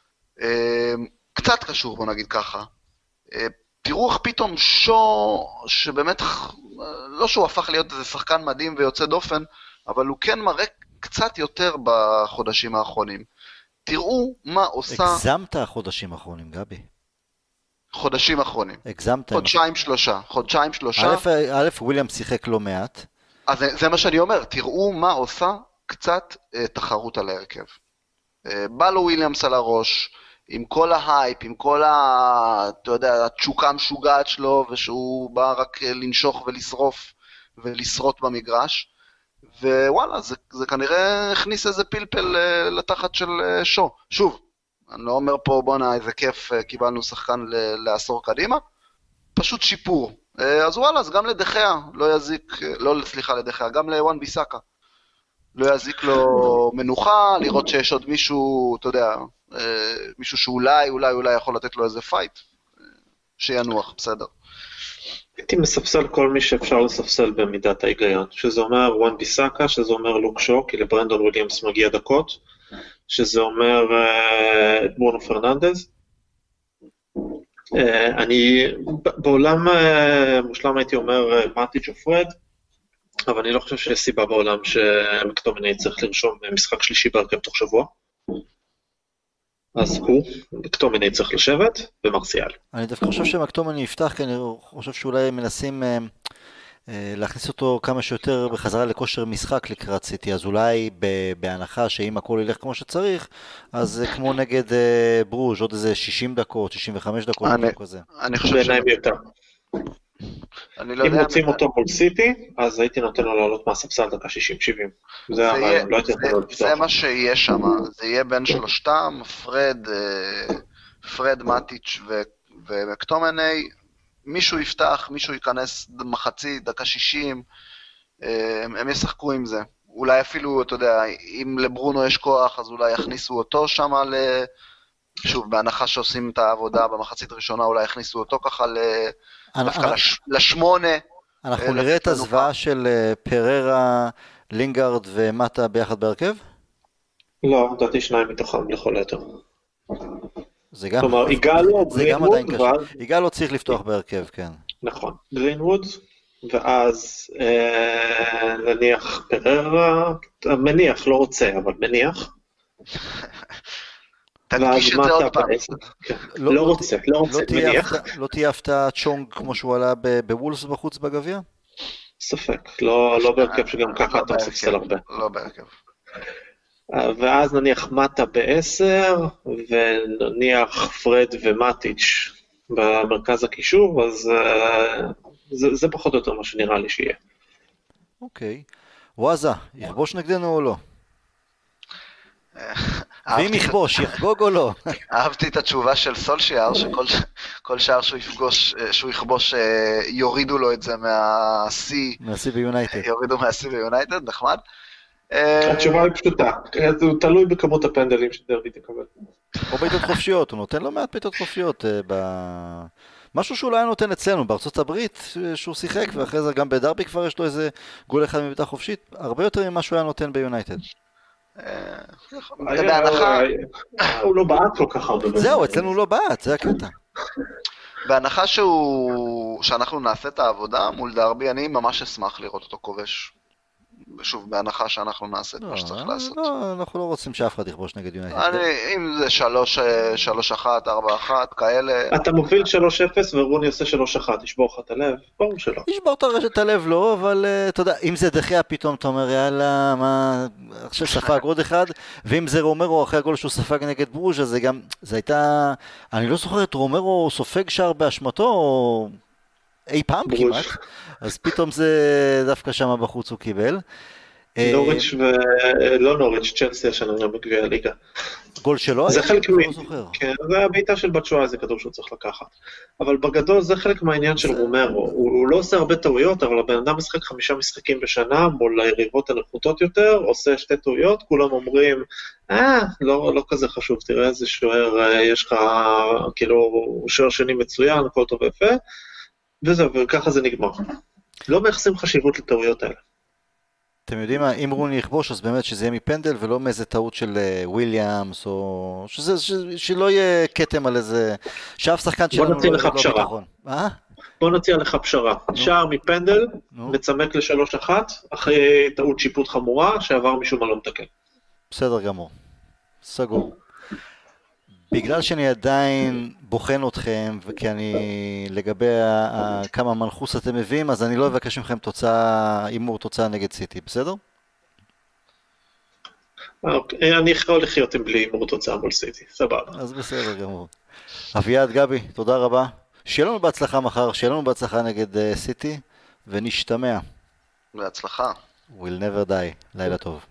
קצת קשור, בוא נגיד ככה. תראו איך פתאום שו, שבאמת, לא שהוא הפך להיות איזה שחקן מדהים ויוצא דופן, אבל הוא כן מראה קצת יותר בחודשים האחרונים. תראו מה עושה... הגזמת החודשים האחרונים, גבי. חודשים האחרונים. הגזמת. חודשיים שלושה. חודשיים שלושה. א', וויליאם שיחק לא מעט. אז זה, זה מה שאני אומר, תראו מה עושה קצת אה, תחרות על ההרכב. אה, בא לו וויליאמס על הראש, עם כל ההייפ, עם כל ה... אתה יודע, התשוקה המשוגעת שלו, ושהוא בא רק לנשוך ולשרוף ולשרות במגרש, ווואלה, זה, זה כנראה הכניס איזה פלפל אה, לתחת של אה, שו. שוב, אני לא אומר פה, בונה, איזה כיף, אה, קיבלנו שחקן ל- לעשור קדימה, פשוט שיפור. אה, אז וואלה, אז גם לדחיה, לא יזיק, לא סליחה לדחיה, גם לוואן ביסאקה. לא יזיק לו מנוחה, לראות שיש עוד מישהו, אתה יודע, מישהו שאולי, אולי, אולי יכול לתת לו איזה פייט, שינוח, בסדר. הייתי מספסל כל מי שאפשר לספסל במידת ההיגיון, שזה אומר וואן ביסאקה, שזה אומר לוק שו, כי לברנדון וויליאמס מגיע דקות, שזה אומר uh, ברונו פרננדז. Uh, אני, בעולם uh, מושלם הייתי אומר uh, מאטיץ' או פרד, אבל אני לא חושב שיש סיבה בעולם שמקטומני צריך לרשום משחק שלישי בהרכב תוך שבוע. אז הוא, מקטומני צריך לשבת, ומרסיאל. אני דווקא חושב שמקטומני יפתח, כי אני חושב שאולי מנסים להכניס אותו כמה שיותר בחזרה לכושר משחק לקראת סיטי, אז אולי בהנחה שאם הכל ילך כמו שצריך, אז כמו נגד ברוז' עוד איזה שישים דקות, שישים וחמש דקות, אני, כזה. אני חושב בעיניים יותר. אני לא אם יודע... רוצים אותו מול סיטי, אז הייתי נותן לו לעלות מהספסל דקה שישים שבעים. זה הרעיון, לא הייתי נותן לו לפתוח. זה מה שיהיה שם, זה יהיה בין שלושתם, פרד, פרד, מטיץ' ומקטומני, מישהו יפתח, מישהו ייכנס מחצית, דקה שישים, הם, הם ישחקו עם זה. אולי אפילו, אתה יודע, אם לברונו יש כוח, אז אולי יכניסו אותו שם, ל... שוב, בהנחה שעושים את העבודה במחצית הראשונה, אולי יכניסו אותו ככה ל... דווקא לש... לשמונה. אנחנו נראה את הזוועה של פררה, לינגארד ומטה ביחד בהרכב? לא, דעתי שניים מתוכם לכל היותר. זה גם, כלומר, יגאלו, גרינווד, יגאלו צריך לפתוח בהרכב, כן. נכון, גרינווד, ואז אה, נניח פררה, מניח, לא רוצה, אבל מניח. תדגיש את זה עוד פעם. לא רוצה, לא רוצה, מניח. לא תהיה הפתעה צ'ונג כמו שהוא עלה בוולס בחוץ בגביע? ספק, לא בהרכב שגם ככה אתה מספסל הרבה. לא בהרכב. ואז נניח מטה בעשר, ונניח פרד ומטיץ' במרכז הקישור, אז זה, זה פחות או יותר מה שנראה לי שיהיה. אוקיי. וואזה, יכבוש נגדנו או לא? ואם יכבוש, יחגוג או לא? אהבתי את התשובה של סולשיאר, שכל שער שהוא יפגוש, שהוא יכבוש, יורידו לו את זה מה-C. מה-C ביונייטד. יורידו מה-C ביונייטד, נחמד. התשובה היא פשוטה, הוא תלוי בכמות הפנדלים שדרבי תקבל. או בעיטות חופשיות, הוא נותן לא מעט בעיטות חופשיות. משהו שהוא לא היה נותן אצלנו, בארצות הברית, שהוא שיחק, ואחרי זה גם בדרבי כבר יש לו איזה גול אחד מבעיטה חופשית, הרבה יותר ממה שהוא היה נותן ביונייטד. הוא לא בעט כל כך הרבה. זהו, אצלנו הוא לא בעט, זה הקטע. בהנחה שאנחנו נעשה את העבודה מול דרבי, אני ממש אשמח לראות אותו כובש. שוב, בהנחה שאנחנו נעשה את מה שצריך לעשות. לא, אנחנו לא רוצים שאף אחד יכבוש נגד יונייטד. אם זה שלוש אחת, ארבע אחת, כאלה... אתה מוביל שלוש אפס ורוני עושה שלוש אחת, ישבור לך את הלב, ברור שלא. ישבור את הרשת הלב לא, אבל אתה יודע, אם זה דחיה פתאום, אתה אומר, יאללה, מה... עכשיו ספג עוד אחד, ואם זה רומרו אחרי הגול שהוא ספג נגד ברוז', אז זה גם, זה הייתה... אני לא זוכר את רומרו סופג שער באשמתו, או... אי פעם כמעט, אז פתאום זה דווקא שם בחוץ הוא קיבל. נוריץ' ו... לא נוריץ', צ'לסי השנה גם בגביע הליגה. גול שלו? זה חלק מ... כן, זה הביתה של בצ'ואה, זה כדור שהוא צריך לקחת. אבל בגדול זה חלק מהעניין של רומרו. הוא לא עושה הרבה טעויות, אבל הבן אדם משחק חמישה משחקים בשנה מול היריבות הנחותות יותר, עושה שתי טעויות, כולם אומרים, אה, לא, לא כזה חשוב, תראה איזה שוער, יש לך, כאילו, שוער שני מצוין, הכל טוב ויפה, וזהו, וככה זה נגמר. לא מייחסים חשיבות לטעויות האלה. אתם יודעים מה, אם רוני יכבוש, אז באמת שזה יהיה מפנדל, ולא מאיזה טעות של וויליאמס, או שזה, ש... שלא יהיה קטם על איזה... שאף שחקן שלנו לא יהיה לו ביטחון. בוא נציע לך פשרה. שער מפנדל, מצמק לשלוש אחת, אחרי טעות שיפוט חמורה, שעבר משום מה לא מתקן. בסדר גמור. סגור. בגלל שאני עדיין בוחן אתכם, וכי אני לגבי כמה מנחוס אתם מביאים, אז אני לא אבקש מכם תוצאה, אימור תוצאה נגד סיטי, בסדר? אני יכול לחיות עם בלי אימור תוצאה מול סיטי, סבבה. אז בסדר גמור. אביעד, גבי, תודה רבה. שיהיה לנו בהצלחה מחר, שיהיה לנו בהצלחה נגד סיטי, ונשתמע. בהצלחה. We'll never die. לילה טוב.